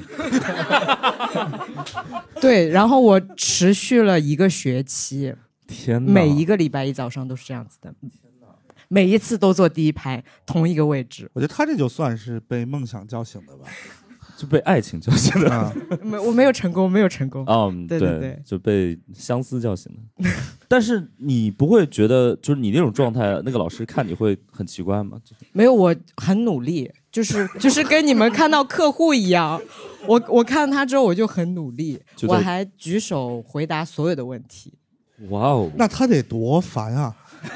对，然后我持续了一个学期， 天哪， 每一个礼拜一早上都是这样子的，每一次都坐第一排，同一个位置。 我觉得他这就算是被梦想叫醒的吧， 就被爱情叫醒的。 啊、 没，我没有成功，没有成功。 哦， 对对对， 就被相思叫醒的。但是你不会觉得，就是你那种状态，那个老师看你会很奇怪吗？ 没有，我很努力，就是就是跟你们看到客户一样。我我看他之后我就很努力，我还举手回答所有的问题。 哇哦， 那他得多烦啊！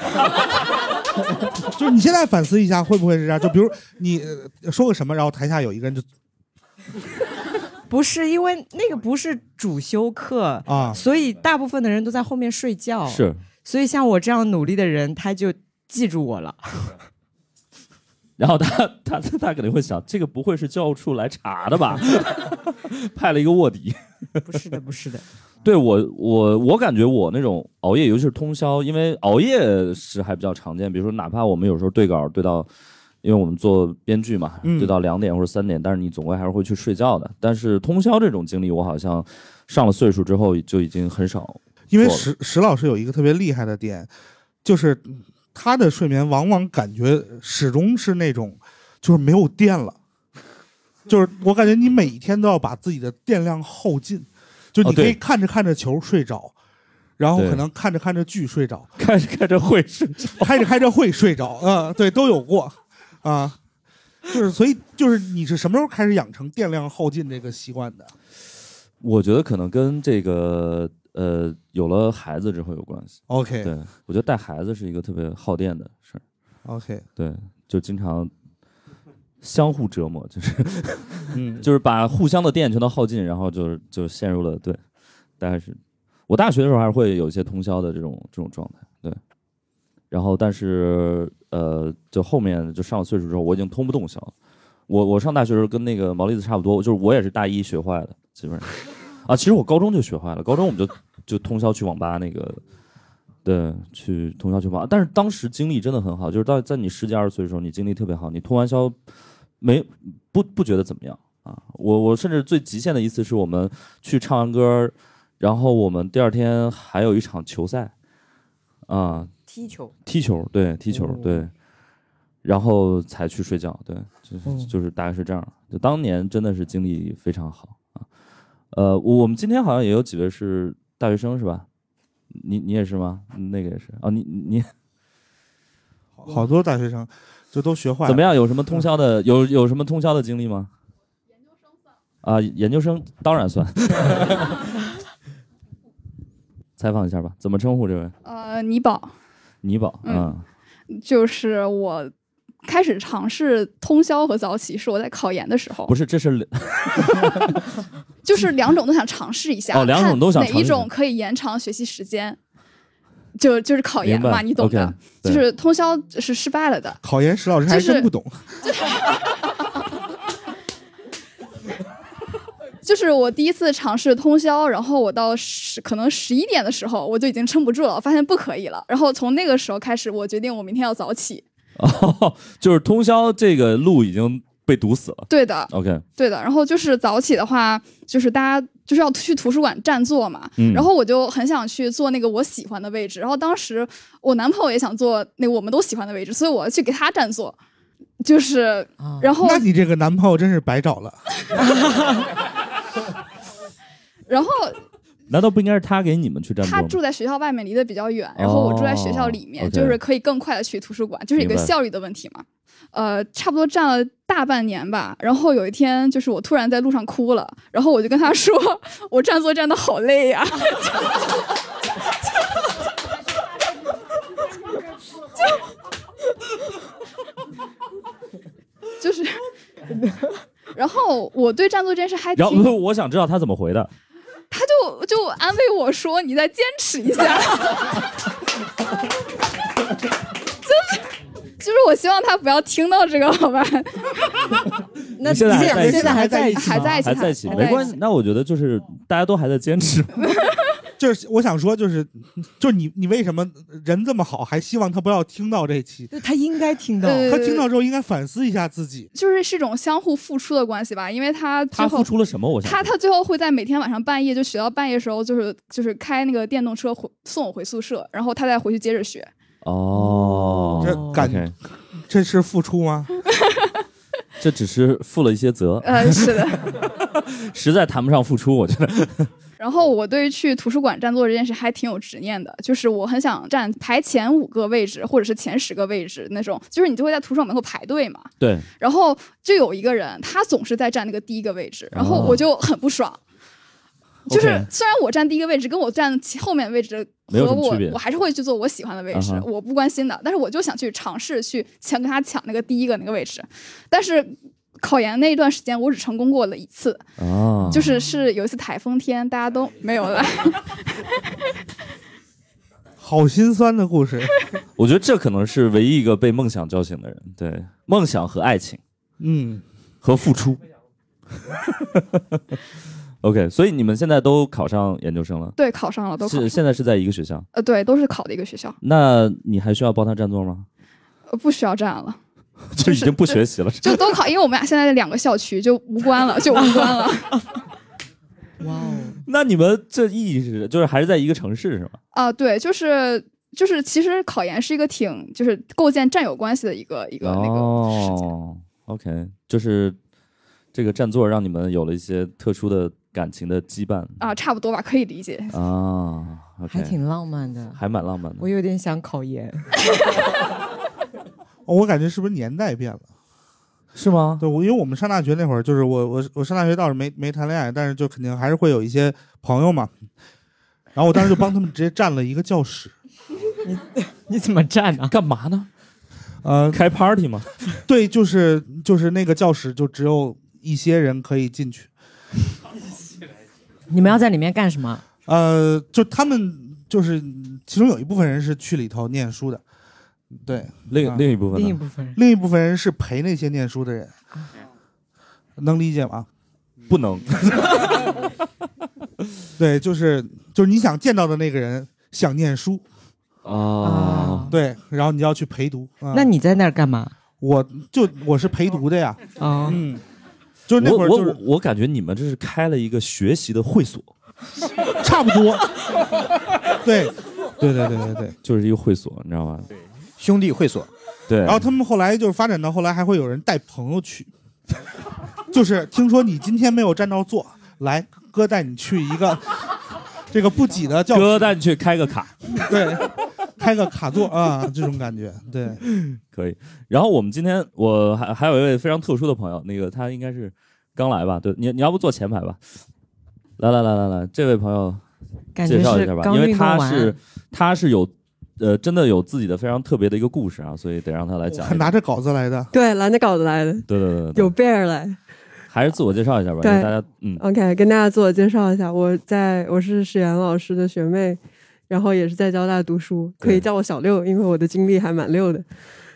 就是你现在反思一下，会不会是这样？就比如你说个什么，然后台下有一个人就不是，因为那个不是主修课啊， 所以大部分的人都在后面睡觉。 是， 所以像我这样努力的人，他就记住我了。 然后他他他肯定会想，这个不会是教务处来查的吧？派了一个卧底。 不是的，不是的。 对我我我感觉我那种熬夜，尤其是通宵，因为熬夜是还比较常见。比如说，哪怕我们有时候对稿对到，因为我们做编剧嘛，对到两点或者三点，但是你总归还是会去睡觉的。但是通宵这种经历，我好像上了岁数之后就已经很少。 因为石石老师有一个特别厉害的点，就是他的睡眠往往感觉始终是那种就是没有电了，就是我感觉你每天都要把自己的电量耗尽。就你可以看着看着球睡着，哦、然后可能看着看着剧睡着， 看着看着会睡着， 开着开着会睡着，啊、呃，对，都有过，啊，就是所以就是你是什么时候开始养成电量耗尽这个习惯的？ 我觉得可能跟这个呃有了孩子之后有关系。 OK， 对，我觉得带孩子是一个特别耗电的事儿。 OK， 对，就经常相互折磨，就是，嗯，就是把互相的电全都耗尽，然后就就陷入了对，大概是，我大学的时候还是会有一些通宵的这种这种状态，对，然后但是呃，就后面就上了岁数之后，我已经通不动宵了。我我上大学的时候跟那个毛栗子差不多，就是我也是大一学坏的，基本上，啊，其实我高中就学坏了，高中我们就就通宵去网吧那个。对，去通宵去网吧，但是当时精力真的很好，就是到在你十几二十岁的时候，你精力特别好，你通完宵没不不觉得怎么样啊？我我甚至最极限的一次是我们去唱完歌，然后我们第二天还有一场球赛，啊， 踢球， 踢球，对，踢球，对，然后才去睡觉，对，就是就是大概是这样。就当年真的是精力非常好啊。呃，我们今天好像也有几位是大学生，是吧？你你也是吗？那个也是啊，你你好多大学生就都学坏了。 怎么样？有什么通宵的？有有什么通宵的经历吗？研究生算啊，研究生当然算。采访一下吧，怎么称呼这位？ 呃，倪宝。 倪宝，嗯， 就是我开始尝试通宵和早起，是我在考研的时候。 不是，这是。 就是两种都想尝试一下， 哦，两种都想尝试， 哪一种可以延长学习时间？就就是考研嘛，你懂的。 Okay, 就是通宵是失败了的。 考研，石老师还真不懂。 就是就是我第一次尝试通宵，然后我到十可能十一点的时候，我就已经撑不住了，我发现不可以了。然后从那个时候开始，我决定我明天要早起。 哦，就是通宵这个路已经。被堵死了。 对的 ，OK， 对的。然后就是早起的话，就是大家就是要去图书馆占座嘛， 嗯、 然后我就很想去坐那个我喜欢的位置。然后当时我男朋友也想坐那个我们都喜欢的位置，所以我去给他占座。 就是，然后那你这个男朋友真是白找了。 然后。 难道不应该是他给你们去占座吗？ 他住在学校外面，离得比较远，然后我住在学校里面，哦、就是可以更快的去图书馆，就是一个效率的问题嘛。呃，差不多站了大半年吧，然后有一天就是我突然在路上哭了，然后我就跟他说，我占座站得好累呀、啊。就就是，然后我对占座这件事还挺…… 然后我想知道他怎么回的。 他就就安慰我说：“你再坚持一下。”就是就是，我希望他不要听到这个，好吧？ 那现在还现在还在一起， 还在一起， 还在一起，没关系。那我觉得就是大家都还在坚持。 就是我想说，就是就是你你为什么人这么好，还希望他不要听到这期？ 他应该听到， 他听到之后应该反思一下自己。 就是是一种相互付出的关系吧，因为他他付出了什么？我想他他最后会在每天晚上半夜就学到半夜的时候，就是就是开那个电动车回送我回宿舍，然后他再回去接着学。 哦， 这感觉、okay. 这是付出吗？ 这只是负了一些责。 呃，是的， 实在谈不上付出，我觉得。 然后我对于去图书馆占座这件事还挺有执念的，就是我很想占排前五个位置，或者是前十个位置那种，就是你就会在图书馆门口排队嘛。 对。 然后就有一个人，他总是在占那个第一个位置，然后我就很不爽。哦、就是虽然我占第一个位置，跟我占后面的位置和我，我还是会去做我喜欢的位置， uh-huh. 我不关心的。但是我就想去尝试去抢跟他抢那个第一个那个位置，但是。考研那一段时间，我只成功过了一次， 哦、 就是是有一次台风天，大家都没有来， 好心酸的故事。 我觉得这可能是唯一一个被梦想叫醒的人，对，梦想和爱情， 嗯， 和付出。OK， 所以你们现在都考上研究生了？ 对，考上了，都考上了。 是现在是在一个学校？ 呃，对，都是考的一个学校。 那你还需要帮他占座吗？ 呃，不需要占了。 就已经不学习了， 就都考，因为我们俩现在两个校区就无关了，就无关了。 哇哦！ 那你们这意义是，就是还是在一个城市是吗？ 啊、呃，对，就是就是，其实考研是一个挺就是构建战友关系的一个一个那个。 哦 ，OK， 就是这个占座让你们有了一些特殊的感情的羁绊啊，差不多吧，可以理解啊， okay, 还挺浪漫的， 还蛮浪漫的。 我有点想考研。 我感觉是不是年代变了， 是吗？ 对，我因为我们上大学那会儿，就是我我我上大学倒是没没谈恋爱，但是就肯定还是会有一些朋友嘛。然后我当时就帮他们直接占了一个教室。 你你怎么占呢？ 干嘛呢？ 呃， 开 party 吗？ 对，就是就是那个教室就只有一些人可以进去。 你们要在里面干什么？ 呃，就他们就是其中有一部分人是去里头念书的。对， 另、啊、另一部分， 另一部分人， 另一部分人是陪那些念书的人，能理解吗？ 不能。 对，就是就是你想见到的那个人想念书啊， 对，然后你要去陪读。啊、 那你在那儿干嘛？ 我就我是陪读的呀。 啊， 嗯，就是那会儿、就是， 我我我感觉你们这是开了一个学习的会所， 差不多。对，对对对对对， 就是一个会所，你知道吗？ 对。兄弟会所， 对， 然后他们后来就是发展到后来还会有人带朋友去，就是听说你今天没有占到座，来哥带你去一个这个不挤的教室， 哥带你去开个卡， 对，开个卡座啊，这种感觉，对， 可以。然后我们今天我还还有一位非常特殊的朋友，那个他应该是刚来吧？对，你你要不坐前排吧？来来来来来，这位朋友介绍一下吧，因为他是他是有。呃，真的有自己的非常特别的一个故事啊，所以得让他来讲。 他拿着稿子来的， 对，拿着稿子来的。 对对 对, 对， 有备而来。 还是自我介绍一下吧， 对大家嗯。 OK， 跟大家自我介绍一下，我在我是史岩老师的学妹，然后也是在交大读书，可以叫我小六，因为我的经历还蛮溜的。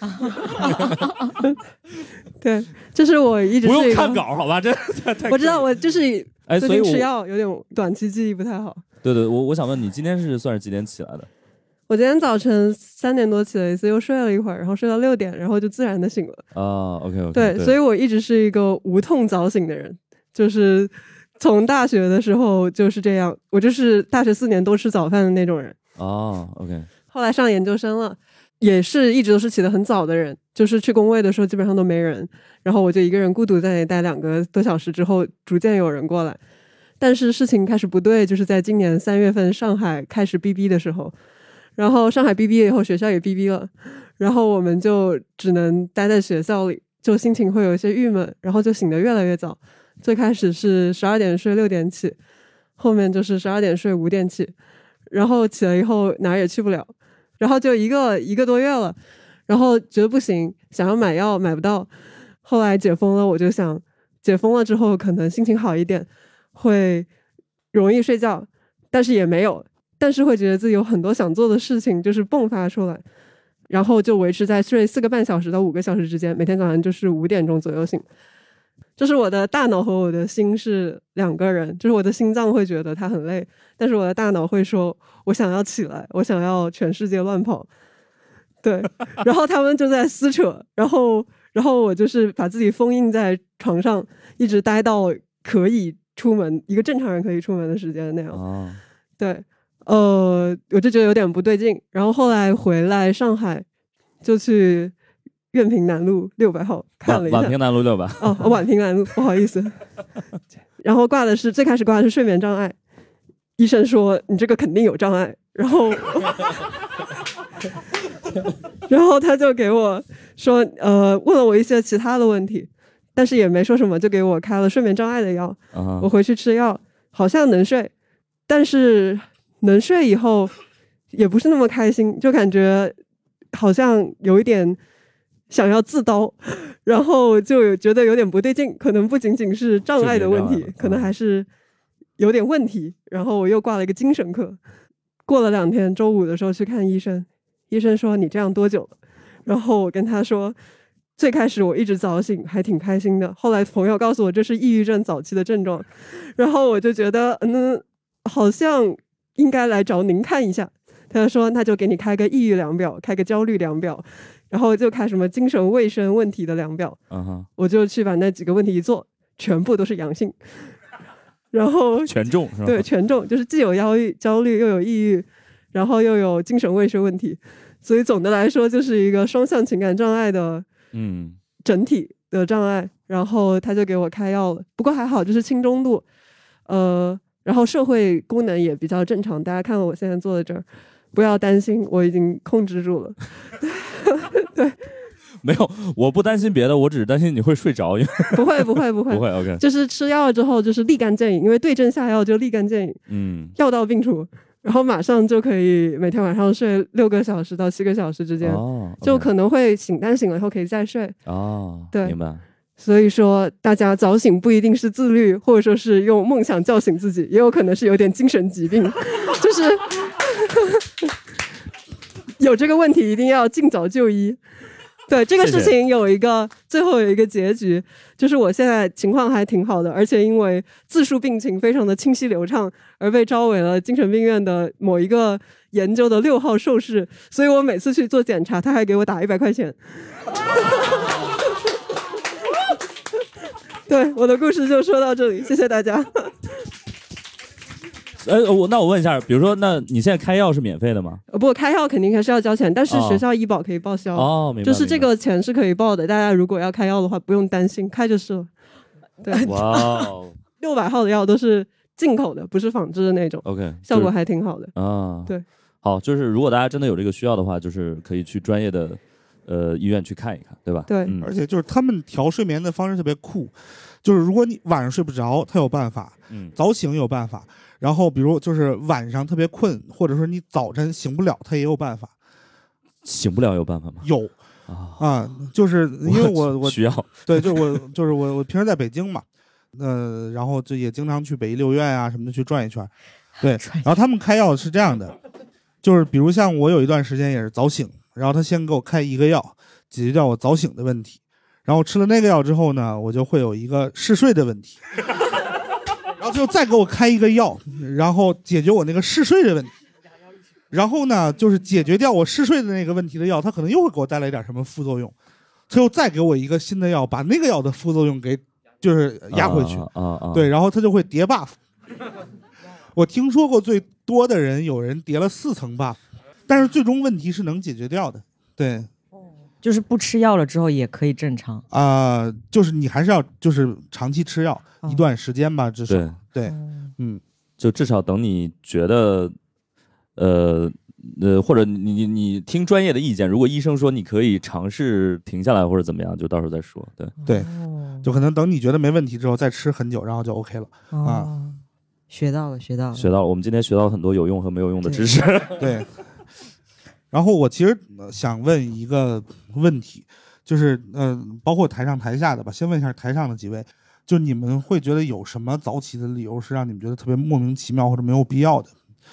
对，这是我一直是不用看稿好吧？这我知道，我就是哎， 最近吃药有点短期记忆不太好。 对对，我我想问你，今天是算是几点起来的？ 我今天早晨三点多起了一次，又睡了一会儿，然后睡到六点，然后就自然的醒了。 啊 ，OK OK。 对，所以我一直是一个无痛早醒的人，就是从大学的时候就是这样，我就是大学四年都吃早饭的那种人。 哦 ，OK。 后来上研究生了， 也是一直都是起得很早的人，就是去工位的时候基本上都没人，然后我就一个人孤独在那里待两个多小时之后，逐渐有人过来。但是事情开始不对，就是在今年三月份上海开始逼逼的时候，然后上海逼逼以后，学校也逼逼了，然后我们就只能待在学校里，就心情会有一些郁闷，然后就醒得越来越早。最开始是十二点睡六点起，后面就是十二点睡五点起，然后起来以后哪儿也去不了，然后就一个一个多月了，然后觉得不行，想要买药买不到，后来解封了，我就想解封了之后可能心情好一点，会容易睡觉，但是也没有，但是会觉得自己有很多想做的事情就是迸发出来，然后就维持在睡四个半小时到五个小时之间，每天早上就是五点钟左右醒。就是我的大脑和我的心是两个人，就是我的心脏会觉得它很累，但是我的大脑会说我想要起来，我想要全世界乱跑。对，然后他们就在撕扯，然后然后我就是把自己封印在床上，一直待到可以出门，一个正常人可以出门的时间那样。 哦， 对，呃，我就觉得有点不对劲，然后后来回来上海，就去苑平南路六百号看了一下。 宛平南路六百。 哦，宛平南路，不好意思。然后挂的是最开始挂的是睡眠障碍，医生说你这个肯定有障碍，然后然后他就给我说，呃，问了我一些其他的问题，但是也没说什么，就给我开了睡眠障碍的药。 Uh-huh. 我回去吃药，好像能睡，但是能睡以后也不是那么开心，就感觉好像有一点想要自刀，然后就觉得有点不对劲，可能不仅仅是障碍的问题，可能还是有点问题。然后我又挂了一个精神科，过了两天，周五的时候去看医生，医生说你这样多久了？然后我跟他说，最开始我一直早醒，还挺开心的。后来朋友告诉我这是抑郁症早期的症状，然后我就觉得嗯，好像应该来找您看一下。他说那就给你开个抑郁量表，开个焦虑量表，然后就开什么精神卫生问题的量表。 Uh-huh. 我就去把那几个问题一做，全部都是阳性。然后全中是吧？ 对，全中，就是既有焦虑焦虑又有抑郁，然后又有精神卫生问题，所以总的来说就是一个双向情感障碍的嗯整体的障碍。然后他就给我开药了，不过还好就是轻中度，呃，然后社会功能也比较正常。大家看我现在坐在这儿，不要担心，我已经控制住了。对。 没有，我不担心别的，我只是担心你会睡着。因为不会不会不会不会 OK， 就是吃药之后就是立竿见影，因为对症下药就立竿见影， 嗯， 药到病除，然后马上就可以每天晚上睡六个小时到七个小时之间， 哦 okay，就可能会醒，但醒了以后可以再睡。 哦， 对， 明白。 所以说大家早醒不一定是自律，或者说是用梦想叫醒自己，也有可能是有点精神疾病，就是有这个问题一定要尽早就医。对，这个事情有一个最后有一个结局，就是我现在情况还挺好的，而且因为自述病情非常的清晰流畅，而被招为了精神病院的某一个研究的六号受试，所以我每次去做检查，他还给我打一百块钱。对，我的故事就说到这里，谢谢大家。 呃，我那我问一下，比如说，那你现在开药是免费的吗？ 呃，不，开药肯定还是要交钱，但是学校医保可以报销。 哦，明白。 就是这个钱是可以报的，大家如果要开药的话，不用担心，开就是了。对。 哇哦。 六百号的药都是进口的，不是仿制的那种。 OK， 效果还挺好的。 啊， 对。 好，就是如果大家真的有这个需要的话，就是可以去专业的呃医院去看一看，对吧？ 对。 嗯、 而且就是他们调睡眠的方式特别酷，就是如果你晚上睡不着，他有办法； 嗯， 早醒有办法。然后比如就是晚上特别困，或者说你早晨醒不了，他也有办法。 醒不了有办法吗？ 有啊，啊就是因为我我需要对，就是我就是我我平时在北京嘛，呃，然后就也经常去北医六院啊什么的去转一圈，对，然后他们开药是这样的，就是比如像我有一段时间也是早醒，然后他先给我开一个药，解决掉我早醒的问题，然后吃了那个药之后呢，我就会有一个嗜睡的问题。然后就再给我开一个药，然后解决我那个嗜睡的问题。然后呢，就是解决掉我嗜睡的那个问题的药，它可能又会给我带来一点什么副作用，最后再给我一个新的药，把那个药的副作用给就是压回去。 啊啊啊、 对，然后它就会叠 buff。我听说过最多的人有人叠了四层 buff， 但是最终问题是能解决掉的。 对， 就是不吃药了之后也可以正常啊、呃，就是你还是要就是长期吃药、哦、一段时间吧，至少对对，嗯， 就至少等你觉得，呃呃，或者你你你听专业的意见，如果医生说你可以尝试停下来或者怎么样，就到时候再说。对对，就可能等你觉得没问题之后再吃很久，然后就 OK 了、哦、啊。 学到了，学到了， 学到了。我们今天学到了很多有用和没有用的知识。 对。对然后我其实想问一个问题，就是呃，包括台上台下的吧，先问一下台上的几位，就你们会觉得有什么早起的理由是让你们觉得特别莫名其妙或者没有必要的？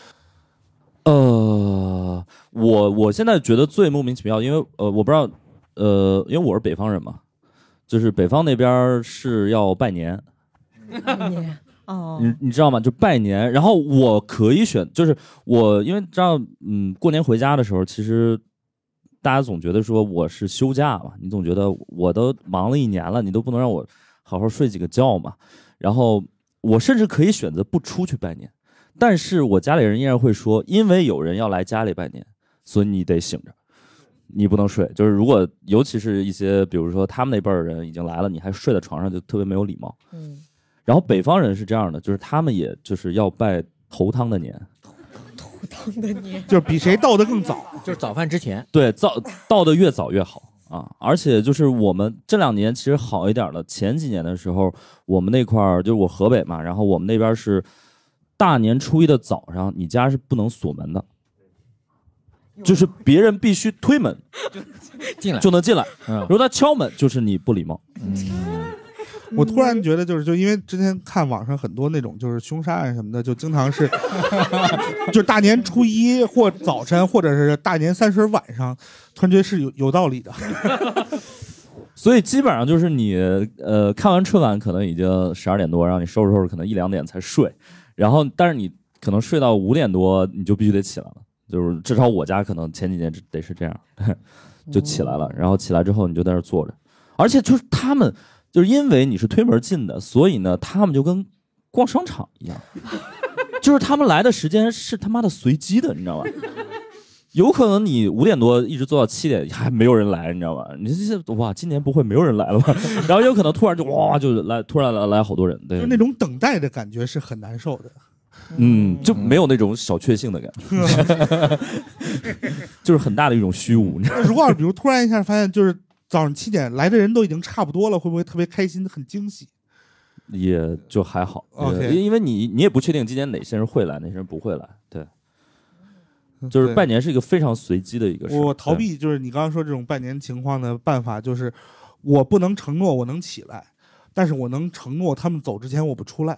呃，我我现在觉得最莫名其妙，因为呃，我不知道，呃，因为我是北方人嘛，就是北方那边是要拜年。 拜年。哦， 你你知道吗？就拜年，然后我可以选，就是我因为知道，嗯，过年回家的时候，其实大家总觉得说我是休假嘛，你总觉得我都忙了一年了，你都不能让我好好睡几个觉嘛。然后我甚至可以选择不出去拜年，但是我家里人依然会说，因为有人要来家里拜年，所以你得醒着，你不能睡。就是如果尤其是一些比如说他们那辈儿的人已经来了，你还睡在床上，就特别没有礼貌。嗯。然后北方人是这样的，就是他们也就是要拜头汤的年， 头汤的年， 就是比谁到得更早， 就是早饭之前。 对，到到的越早越好啊！而且就是我们这两年其实好一点了，前几年的时候，我们那块儿就是我河北嘛，然后我们那边是大年初一的早上，你家是不能锁门的，就是别人必须推门进来就能进来，如果他敲门，就是你不礼貌。 嗯。我突然觉得，就是就因为之前看网上很多那种就是凶杀案什么的，就经常是，就是大年初一或早晨，或者是大年三十晚上，突然觉得是有有道理的。 所以基本上就是你呃看完春晚可能已经十二点多，让你收拾收拾，可能一两点才睡，然后但是你可能睡到五点多，你就必须得起来了。就是至少我家可能前几年得是这样，就起来了，然后起来之后你就在那坐着，而且就是他们。就是因为你是推门进的，所以呢，他们就跟逛商场一样，就是他们来的时间是他妈的随机的，你知道吗？有可能你五点多一直做到七点还没有人来，你知道吗？你这哇，今年不会没有人来了吧？然后有可能突然就哇就来，突然来来好多人，对， 就那种等待的感觉是很难受的。 嗯，就没有那种小确幸的感觉，就是很大的一种虚无。 如果比如突然一下发现就是。早上七点来的人都已经差不多了，会不会特别开心、很惊喜？ 也就还好， okay. 因为你你也不确定今年哪些人会来，哪些人不会来，对。就是拜年是一个非常随机的一个事。 我逃避就是你刚刚说这种拜年情况的办法，就是我不能承诺我能起来，但是我能承诺他们走之前我不出来。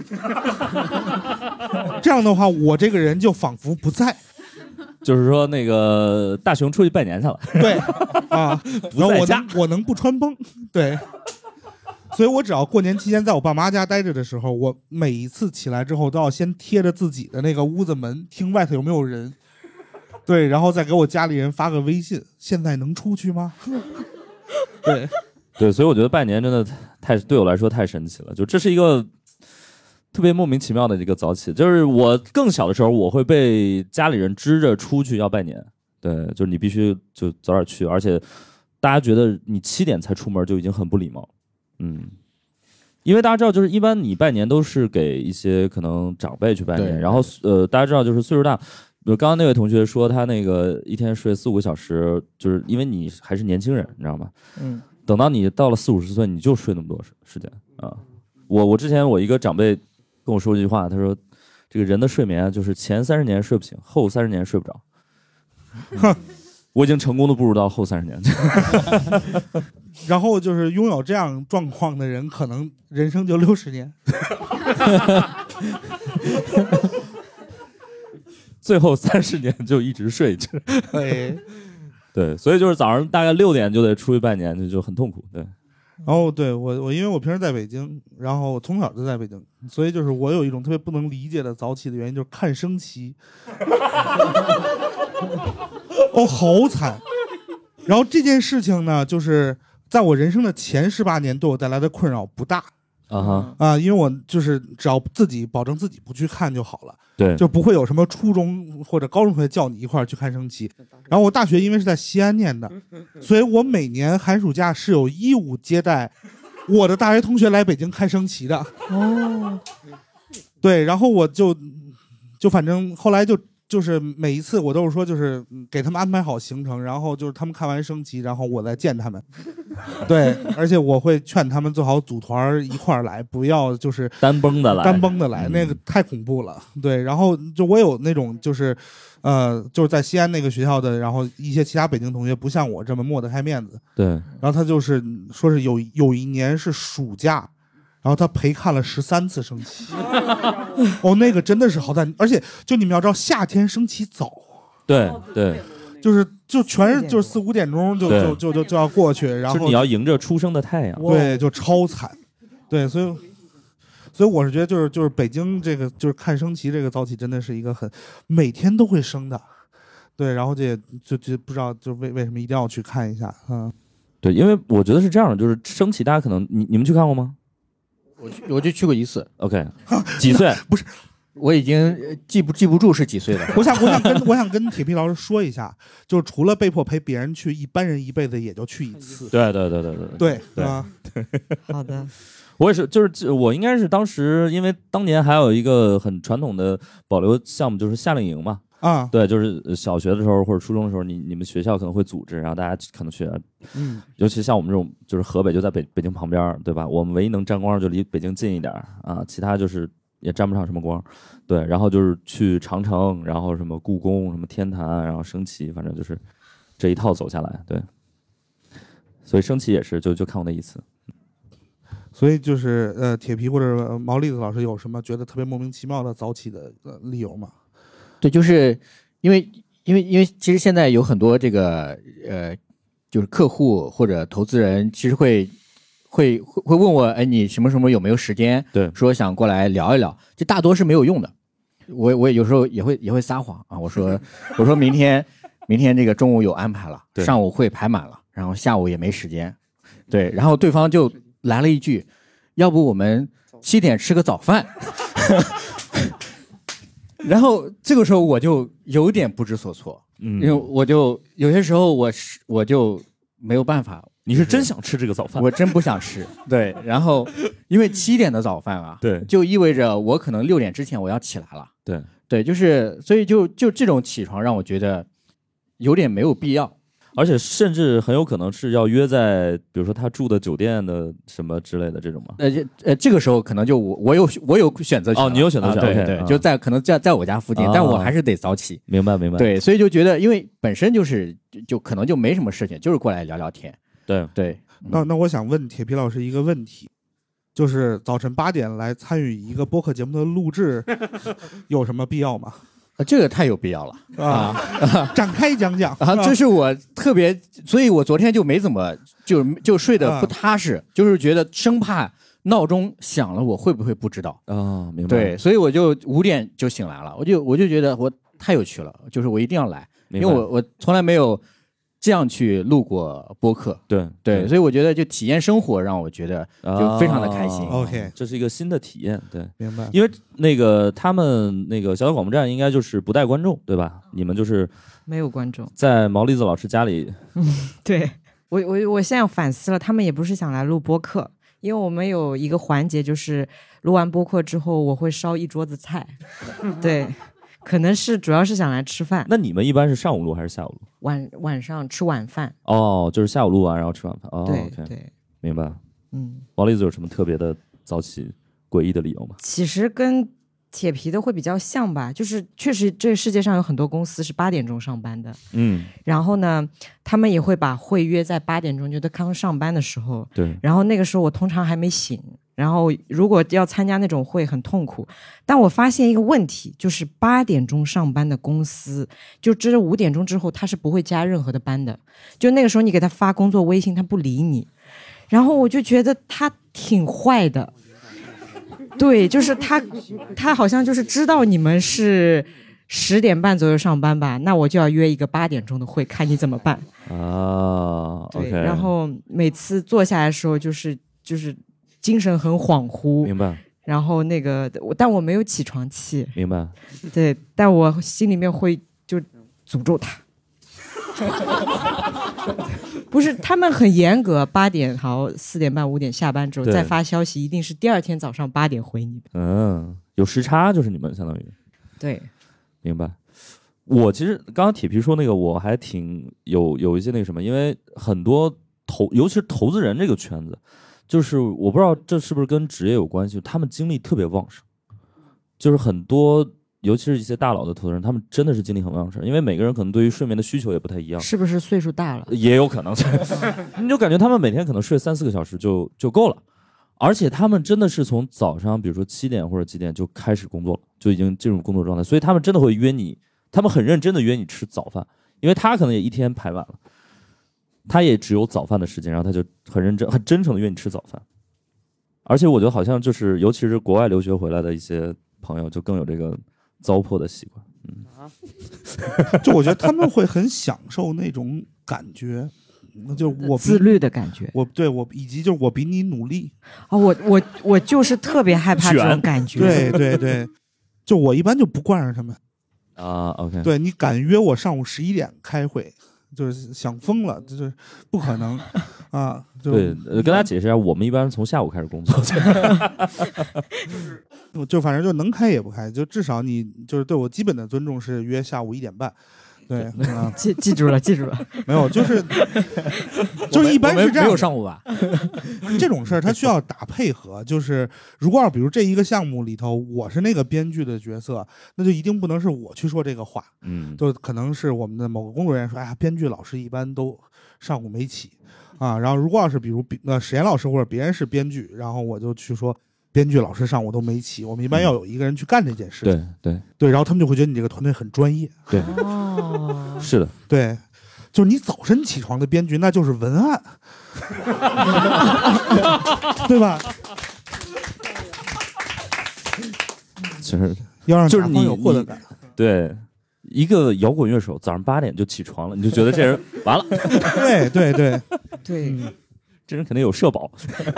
这样的话，我这个人就仿佛不在。 就是说，那个大熊出去拜年去了， 对啊， 不在家， 我能我能不穿崩，对，所以我只要过年期间在我爸妈家待着的时候，我每一次起来之后都要先贴着自己的那个屋子门，听外头有没有人，对，然后再给我家里人发个微信，现在能出去吗？对， 对，所以我觉得拜年真的太对我来说太神奇了，就这是一个。特别莫名其妙的一个早起，就是我更小的时候，我会被家里人支着出去要拜年，对，就是你必须就早点去，而且大家觉得你七点才出门就已经很不礼貌，嗯，因为大家知道，就是一般你拜年都是给一些可能长辈去拜年，然后呃，大家知道就是岁数大，比如刚刚那位同学说他那个一天睡四五个小时，就是因为你还是年轻人，你知道吗？嗯，等到你到了四五十岁，你就睡那么多时间啊。我我之前我一个长辈。跟我说一句话，他说：“这个人的睡眠就是前三十年睡不醒，后三十年睡不着。”我已经成功的步入到后三十年。 然后就是拥有这样状况的人，可能人生就六十年。 最后三十年就一直睡着。 对， 对，所以就是早上大概六点就得出去拜年，就就很痛苦。对。 然后对我我因为我平时在北京，然后我从小就在北京，所以就是我有一种特别不能理解的早起的原因，就是看升旗。哦，好惨！然后这件事情呢，就是在我人生的前十八年对我带来的困扰不大， 啊哈啊，因为我就是只要自己保证自己不去看就好了， 对， 就不会有什么初中或者高中同学叫你一块儿去看升旗。然后我大学因为是在西安念的，所以我每年寒暑假是有义务接待我的大学同学来北京看升旗的。 哦， 对，然后我就就反正后来就就是每一次我都是说就是给他们安排好行程，然后就是他们看完升旗，然后我再见他们。对，而且我会劝他们最好组团一块儿来，不要就是单崩的来， 单崩的来，那个太恐怖了。对，然后就我有那种就是，呃，就是在西安那个学校的，然后一些其他北京同学不像我这么抹得开面子。 对， 然后他就是说是有有一年是暑假，然后他陪看了十三次升旗。哦，那个真的是好赞，而且就你们要知道，夏天升旗早。 对对。 就是就全是就是四五点钟就就就就就要过去，然后你要迎着初升的太阳， 对，就超惨，对，所以所以我是觉得就是就是北京这个就是看升旗这个早起真的是一个很每天都会升的，对，然后这就就不知道就为为什么一定要去看一下，嗯， 对，因为我觉得是这样的，就是升旗大家可能你你们去看过吗？ 我去我就去过一次 ，OK， 几岁？ 不是。 我已经记不记不住是几岁了。 我想，我想跟我想跟铁皮老师说一下，就是除了被迫陪别人去，一般人一辈子也就去一次。 对对对对对对啊， 好的。 我也是，就是我应该是当时，因为当年还有一个很传统的保留项目，就是夏令营嘛。 啊， 对，就是小学的时候或者初中的时候，你你们学校可能会组织，然后大家可能去， 嗯， 尤其像我们这种，就是河北就在北北京旁边，对吧？我们唯一能沾光就离北京近一点啊，其他就是也沾不上什么光，对。然后就是去长城，然后什么故宫、什么天坛，然后升旗，反正就是这一套走下来，对。所以升旗也是就就看过那一次。 所以就是呃，铁皮或者毛栗子老师有什么觉得特别莫名其妙的早起的、呃、理由吗？ 对，就是因为因为因为其实现在有很多这个呃，就是客户或者投资人，其实会会会会问我，哎，你什么什么有没有时间？ 对， 说想过来聊一聊，这大多是没有用的。我我有时候也会也会撒谎啊，我说我说明天明天这个中午有安排了，上午会排满了，然后下午也没时间，对，然后对方就来了一句，要不我们七点吃个早饭。然后这个时候我就有点不知所措，嗯，因为我就有些时候我是我就没有办法。 你是真想吃这个早饭？ 我真不想吃，对。然后因为七点的早饭啊， 对， 就意味着我可能六点之前我要起来了， 对对，就是所以就就这种起床让我觉得有点没有必要。 而且甚至很有可能是要约在，比如说他住的酒店的什么之类的这种吗？ 呃呃，这个时候可能就我我有我有选择权哦，你有选择权， 啊、对 okay, 对，就在可能在在我家附近，啊、但我还是得早起。 明白明白。 对，所以就觉得，因为本身就是就就可能就没什么事情，就是过来聊聊天。 对对。 那那我想问铁皮老师一个问题，就是早晨八点来参与一个播客节目的录制，有什么必要吗？ 啊，这个太有必要了啊！ 展开讲讲啊，这是我特别，所以我昨天就没怎么就就睡得不踏实，啊、就是觉得生怕闹钟响了我会不会不知道啊、哦？明白。 对，所以我就五点就醒来了，我就我就觉得我太有趣了，就是我一定要来，因为我我从来没有这样去录过播客， 对对，所以我觉得就体验生活让我觉得就非常的开心。 哦、 OK， 这是一个新的体验，对， 明白。 因为那个他们那个小小广播站应该就是不带观众，对吧？你们就是没有观众， 在毛栗子老师家里。 对，我我我现在反思了，他们也不是想来录播客，因为我们有一个环节就是录完播客之后，我会烧一桌子菜，对。可能是主要是想来吃饭。 那你们一般是上午录还是下午录？ 晚晚上吃晚饭。 哦，就是下午录完然后吃晚饭。哦， 对 okay, 对， 明白。 嗯， 毛栗子有什么特别的早起诡异的理由吗？ 其实跟铁皮的会比较像吧，就是确实这世界上有很多公司是八点钟上班的， 嗯， 然后呢，他们也会把会约在八点钟，就他刚上班的时候， 对， 然后那个时候我通常还没醒。然后如果要参加那种会很痛苦，但我发现一个问题，就是八点钟上班的公司，就这五点钟之后他是不会加任何的班的，就那个时候你给他发工作微信他不理你，然后我就觉得他挺坏的，对，就是他他好像就是知道你们是十点半左右上班吧，那我就要约一个八点钟的会，看你怎么办啊。 对， okay. 然后每次坐下来的时候就是就是精神很恍惚。 明白。 然后那个，但我没有起床气。 明白。 对，但我心里面会就诅咒他。不是，他们很严格，八点好，四点半、五点下班之后再发消息，一定是第二天早上八点回你。 嗯，有时差就是你们相当于。 对， 明白。我其实刚刚铁皮说那个，我还挺有有一些那个什么，因为很多投，尤其是投资人这个圈子，就是我不知道这是不是跟职业有关系，他们精力特别旺盛，就是很多。尤其是一些大佬的投资人，他们真的是精力很旺盛，因为每个人可能对于睡眠的需求也不太一样。 是不是岁数大了？ 也有可能，你就感觉他们每天可能睡三四个小时就就够了，而且他们真的是从早上，比如说七点或者几点就开始工作了，就已经进入工作状态，所以他们真的会约你，他们很认真的约你吃早饭，因为他可能也一天排完了，他也只有早饭的时间，然后他就很认真、很真诚的约你吃早饭。而且我觉得好像就是，尤其是国外留学回来的一些朋友，就更有这个。糟粕的习惯， 嗯，就我觉得他们会很享受那种感觉，就我自律的感觉， 我对我以及就是我比你努力啊、哦，我我我就是特别害怕这种感觉， 对对对，就我一般就不惯着他们啊 ，OK， 对你敢约我上午十一点开会，就是想疯了，就是不可能啊，就对，跟大家解释一下，我们一般从下午开始工作。 就反正就能开也不开，就至少你就是对我基本的尊重是约下午一点半，对， 嗯、记记住了，记住了。 没有，就是就是一般是这样， 没有上午吧？ 这种事儿它需要打配合，就是如果要比如这一个项目里头，我是那个编剧的角色，那就一定不能是我去说这个话， 嗯， 就可能是我们的某个工作人员说，哎呀，编剧老师一般都上午没起啊，然后如果要是比如呃史岩老师或者别人是编剧，然后我就去说。编剧老师上午都没起，我们一般要有一个人去干这件事情。 对对对，然后他们就会觉得你这个团队很专业。 对， 哦， 是的， 对，就是你早晨起床的编剧，那就是文案，对吧？ 其实要让就是你有获得感。 对，一个摇滚乐手早上八点就起床了，你就觉得这人完了。 对对对对。 嗯，这人肯定有社保。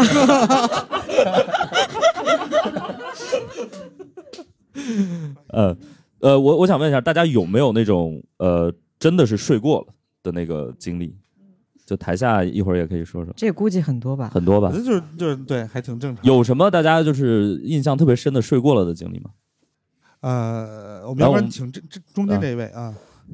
呃呃，我我想问一下，大家有没有那种呃，真的是睡过了的那个经历？就台下一会儿也可以说说。 这估计很多吧？ 很多吧？ 就是就是对，还挺正常。 有什么大家就是印象特别深的睡过了的经历吗？ 呃，我们要不然请这这中间这一位啊。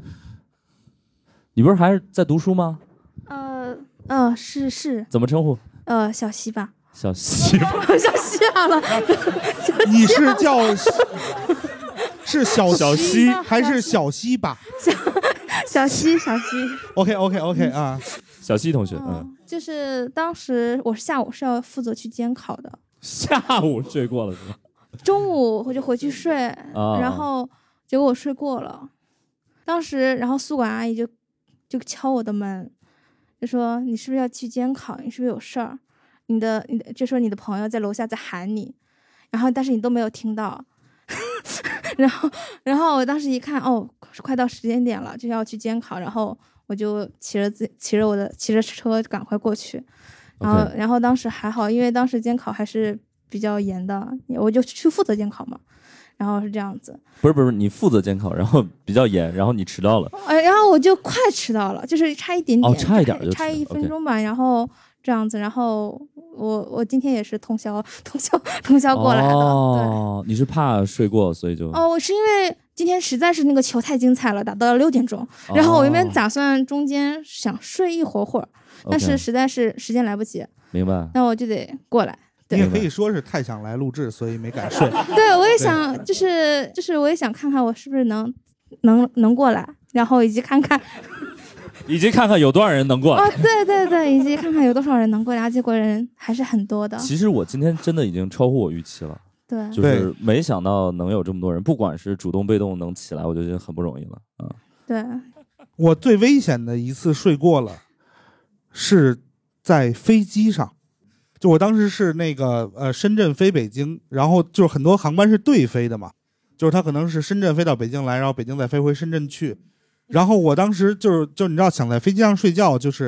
你不是还是在读书吗？ 呃呃，是是。 怎么称呼？ 呃，小西吧。 小西吧。 小西好了。 你是叫是小小西还是小西吧？ 小小西小西。 OK OK OK 啊， 小西同学，嗯， 嗯就是当时我是下午是要负责去监考的。 下午睡过了是吗？ 中午我就回去睡， 啊、 然后结果我睡过了。当时，然后宿管阿姨就就敲我的门，就说你是不是要去监考？你是不是有事儿？你的你的就说你的朋友在楼下在喊你，然后但是你都没有听到。然后然后我当时一看，哦，快到时间点了，就要去监考，然后我就骑着自骑着我的骑着车赶快过去。然后、okay. 然后当时还好，因为当时监考还是比较严的，我就去负责监考嘛。然后是这样子， 不是不是，你负责监考，然后比较严，然后你迟到了， 呃，然后我就快迟到了，就是差一点点， 哦，差一点就差一分钟吧， okay. 然后这样子，然后我我今天也是通宵通宵通宵过来的， 哦，你是怕睡过，所以就哦，我是因为今天实在是那个球太精彩了，打到了六点钟，哦、然后我原本打算中间想睡一会儿会儿，但是实在是时间来不及， 明白， 那我就得过来。 你也可以说是太想来录制，所以没敢睡。 对，我也想，就是就是，我也想看看我是不是能能能过来，然后以及看看， 以及看看有多少人能过来。 哦，对对对，以及看看有多少人能过来，结果人还是很多的。 其实我今天真的已经超乎我预期了， 对， 就是没想到能有这么多人，不管是主动被动能起来，我就觉得很不容易了啊。 对， 我最危险的一次睡过了，是在飞机上。就我当时是那个呃深圳飞北京，然后就是很多航班是对飞的嘛，就是他可能是深圳飞到北京来，然后北京再飞回深圳去，然后我当时就是就你知道想在飞机上睡觉，就是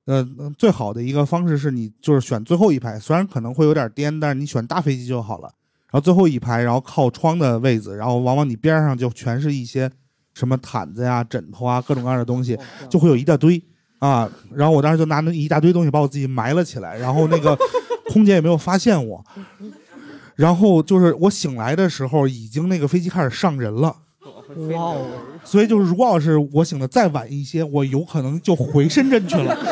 呃，最好的一个方式是你就是选最后一排，虽然可能会有点颠，但是你选大飞机就好了。然后最后一排，然后靠窗的位置，然后往往你边上就全是一些什么毯子呀、枕头啊，各种各样的东西，就会有一大堆啊。然后我当时就拿那一大堆东西把我自己埋了起来，然后那个空姐也没有发现我。然后就是我醒来的时候，已经那个飞机开始上人了。哇哦！所以就是如果要是我醒的再晚一些，我有可能就回深圳去了。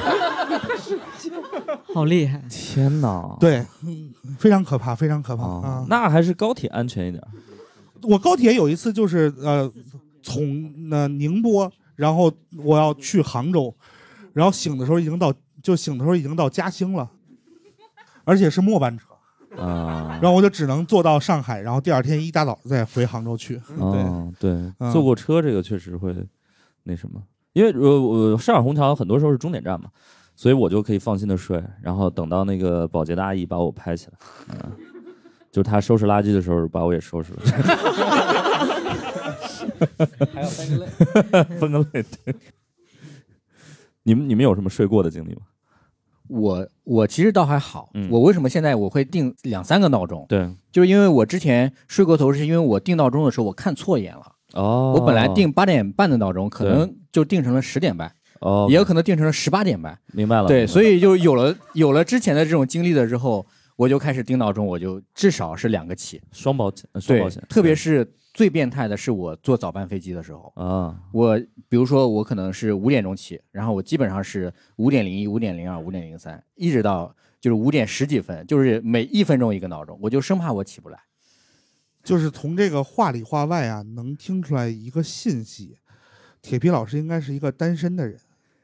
好厉害！ 天哪！ 对，非常可怕，非常可怕、哦、啊！ 那还是高铁安全一点。 我高铁有一次就是呃，从呃宁波，然后我要去杭州，然后醒的时候已经到，就醒的时候已经到嘉兴了，而且是末班车。啊，然后我就只能坐到上海，然后第二天一大早再回杭州去。 哦，对，对嗯、 坐过车这个确实会那什么，因为呃我上海虹桥很多时候是终点站嘛，所以我就可以放心的睡，然后等到那个保洁的阿姨把我拍起来，嗯，就她收拾垃圾的时候把我也收拾了。 还要分个类， 分个类。对，你们你们有什么睡过的经历吗？ 我我其实倒还好、嗯，我为什么现在我会定两三个闹钟？ 对， 就是因为我之前睡过头，是因为我定闹钟的时候我看错眼了。哦，我本来定八点半的闹钟，可能就定成了十点半。哦，也有可能定成了十八点半。 明白了。 对，所以就有了有了之前的这种经历了之后，我就开始定闹钟，我就至少是两个起， 双保险，双保险。 特别是最变态的是我坐早班飞机的时候啊，我比如说我可能是五点钟起，然后我基本上是五点零一、五点零二、五点零三，一直到就是五点十几分，就是每一分钟一个闹钟，我就生怕我起不来。 就是从这个话里话外啊，能听出来一个信息，铁皮老师应该是一个单身的人。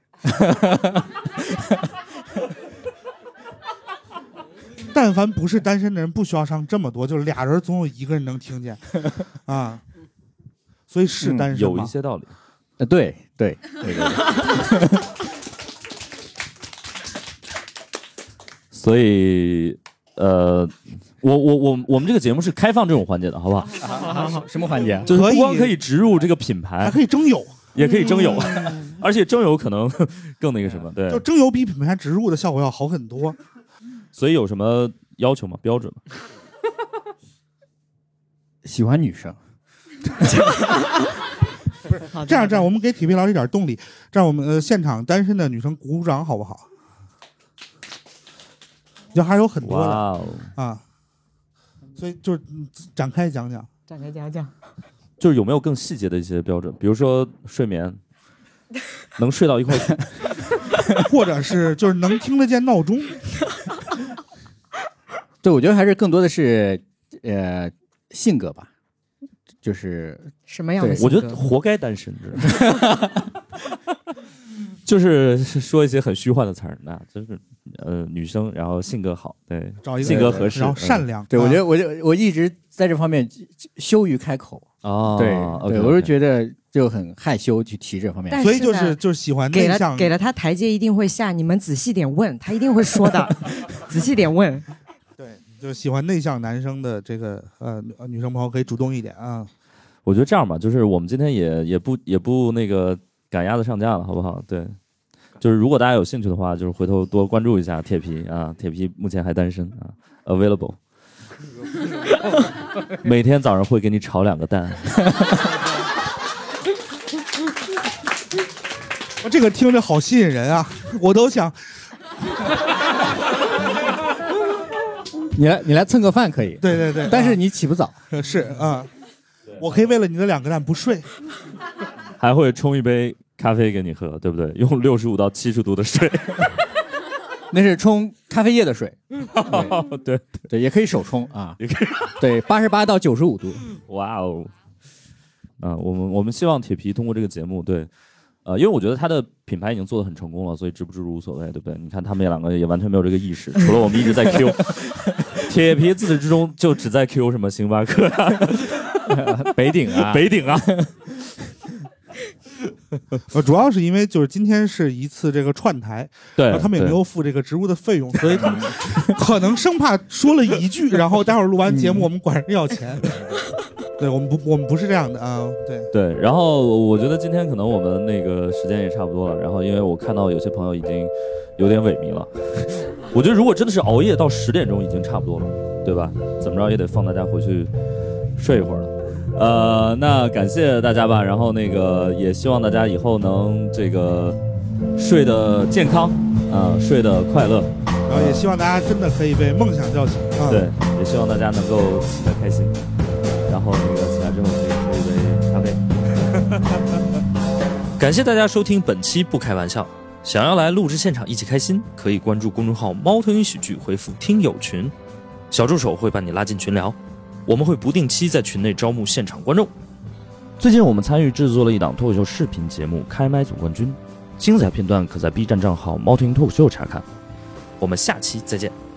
但凡不是单身的人，不需要上这么多，就是俩人总有一个人能听见啊，所以是单身、 嗯、有一些道理。 呃，对对对对。 所以，呃，我我我我们这个节目是开放这种环节的，好不好？ 好好好，什么环节？ 就是不光可以植入这个品牌， 还可以征友， 也可以征友，而且征友可能更那个什么，对， 就征友比品牌植入的效果要好很多。 所以有什么要求吗？标准吗？ 喜欢女生。 不是这样，这样我们给铁皮老师一点动力，这样我们呃现场单身的女生鼓鼓掌好不好？就还有很多的、wow. 啊，所以就是展开讲讲， 展开讲讲， 就是有没有更细节的一些标准，比如说睡眠能睡到一块去， 或者是就是能听得见闹钟。 对，我觉得还是更多的是呃性格吧，就是什么样的性格？我觉得活该单身，就是说一些很虚幻的词儿，那就是呃女生，然后性格好，对， 找一个性格合适， 然后善良。 嗯、对，我觉得我就我一直在这方面羞于开口哦， 对 okay, 对， okay. 我就觉得就很害羞去提这方面， 所以就是就是喜欢内向， 给了给了他台阶一定会下，你们仔细点问，他一定会说的，仔细点问。 对，就喜欢内向男生的这个呃女生朋友可以主动一点啊。 我觉得这样吧，就是我们今天也也不也不那个赶鸭子上架了，好不好？对，就是如果大家有兴趣的话，就是回头多关注一下铁皮啊，铁皮目前还单身啊 ，available。每天早上会给你炒两个蛋。 这个听着好吸引人啊，我都想。 你来，你来蹭个饭可以。 对对对， 但是你起不早。 是啊，我可以为了你的两个蛋不睡。 还会冲一杯咖啡给你喝，对不对？用六十五到七十度的水。 那是冲咖啡液的水。 对 对, 对, 对，也可以手冲啊。 也可以。 对，八十八到九十五度。 哇哦。啊，我们我们希望铁皮通过这个节目，对。呃，因为我觉得他的品牌已经做得很成功了，所以植不植入无所谓，对不对？你看他们两个也完全没有这个意识，除了我们一直在 Q， 铁皮自始至终就只在 Q 什么星巴克、啊、 北鼎啊、 北鼎啊。 呃，主要是因为就是今天是一次这个串台， 对， 然后他们也没有付这个植入的费用，所以他们可能生怕说了一句，然后待会儿录完节目我们管人要钱。 对我们不，我们不是这样的啊。对对，然后我觉得今天可能我们那个时间也差不多了。然后因为我看到有些朋友已经有点萎靡了，我觉得如果真的是熬夜到十点钟已经差不多了，对吧？怎么着也得放大家回去睡一会儿了。呃，那感谢大家吧。然后那个也希望大家以后能这个睡得健康啊、呃，睡得快乐。 然后也希望大家真的可以被梦想叫醒啊。 对，也希望大家能够起得开心。然后那个起来之后可以喝一杯咖啡。 感谢大家收听本期不开玩笑。想要来录制现场一起开心，可以关注公众号猫头鹰喜剧，回复听友群，小助手会把你拉进群聊，我们会不定期在群内招募现场观众。 最近我们参与制作了一档脱口秀视频节目《开麦总冠军》，精彩片段可在 B 站账号猫头鹰脱口秀查看。 我们下期再见。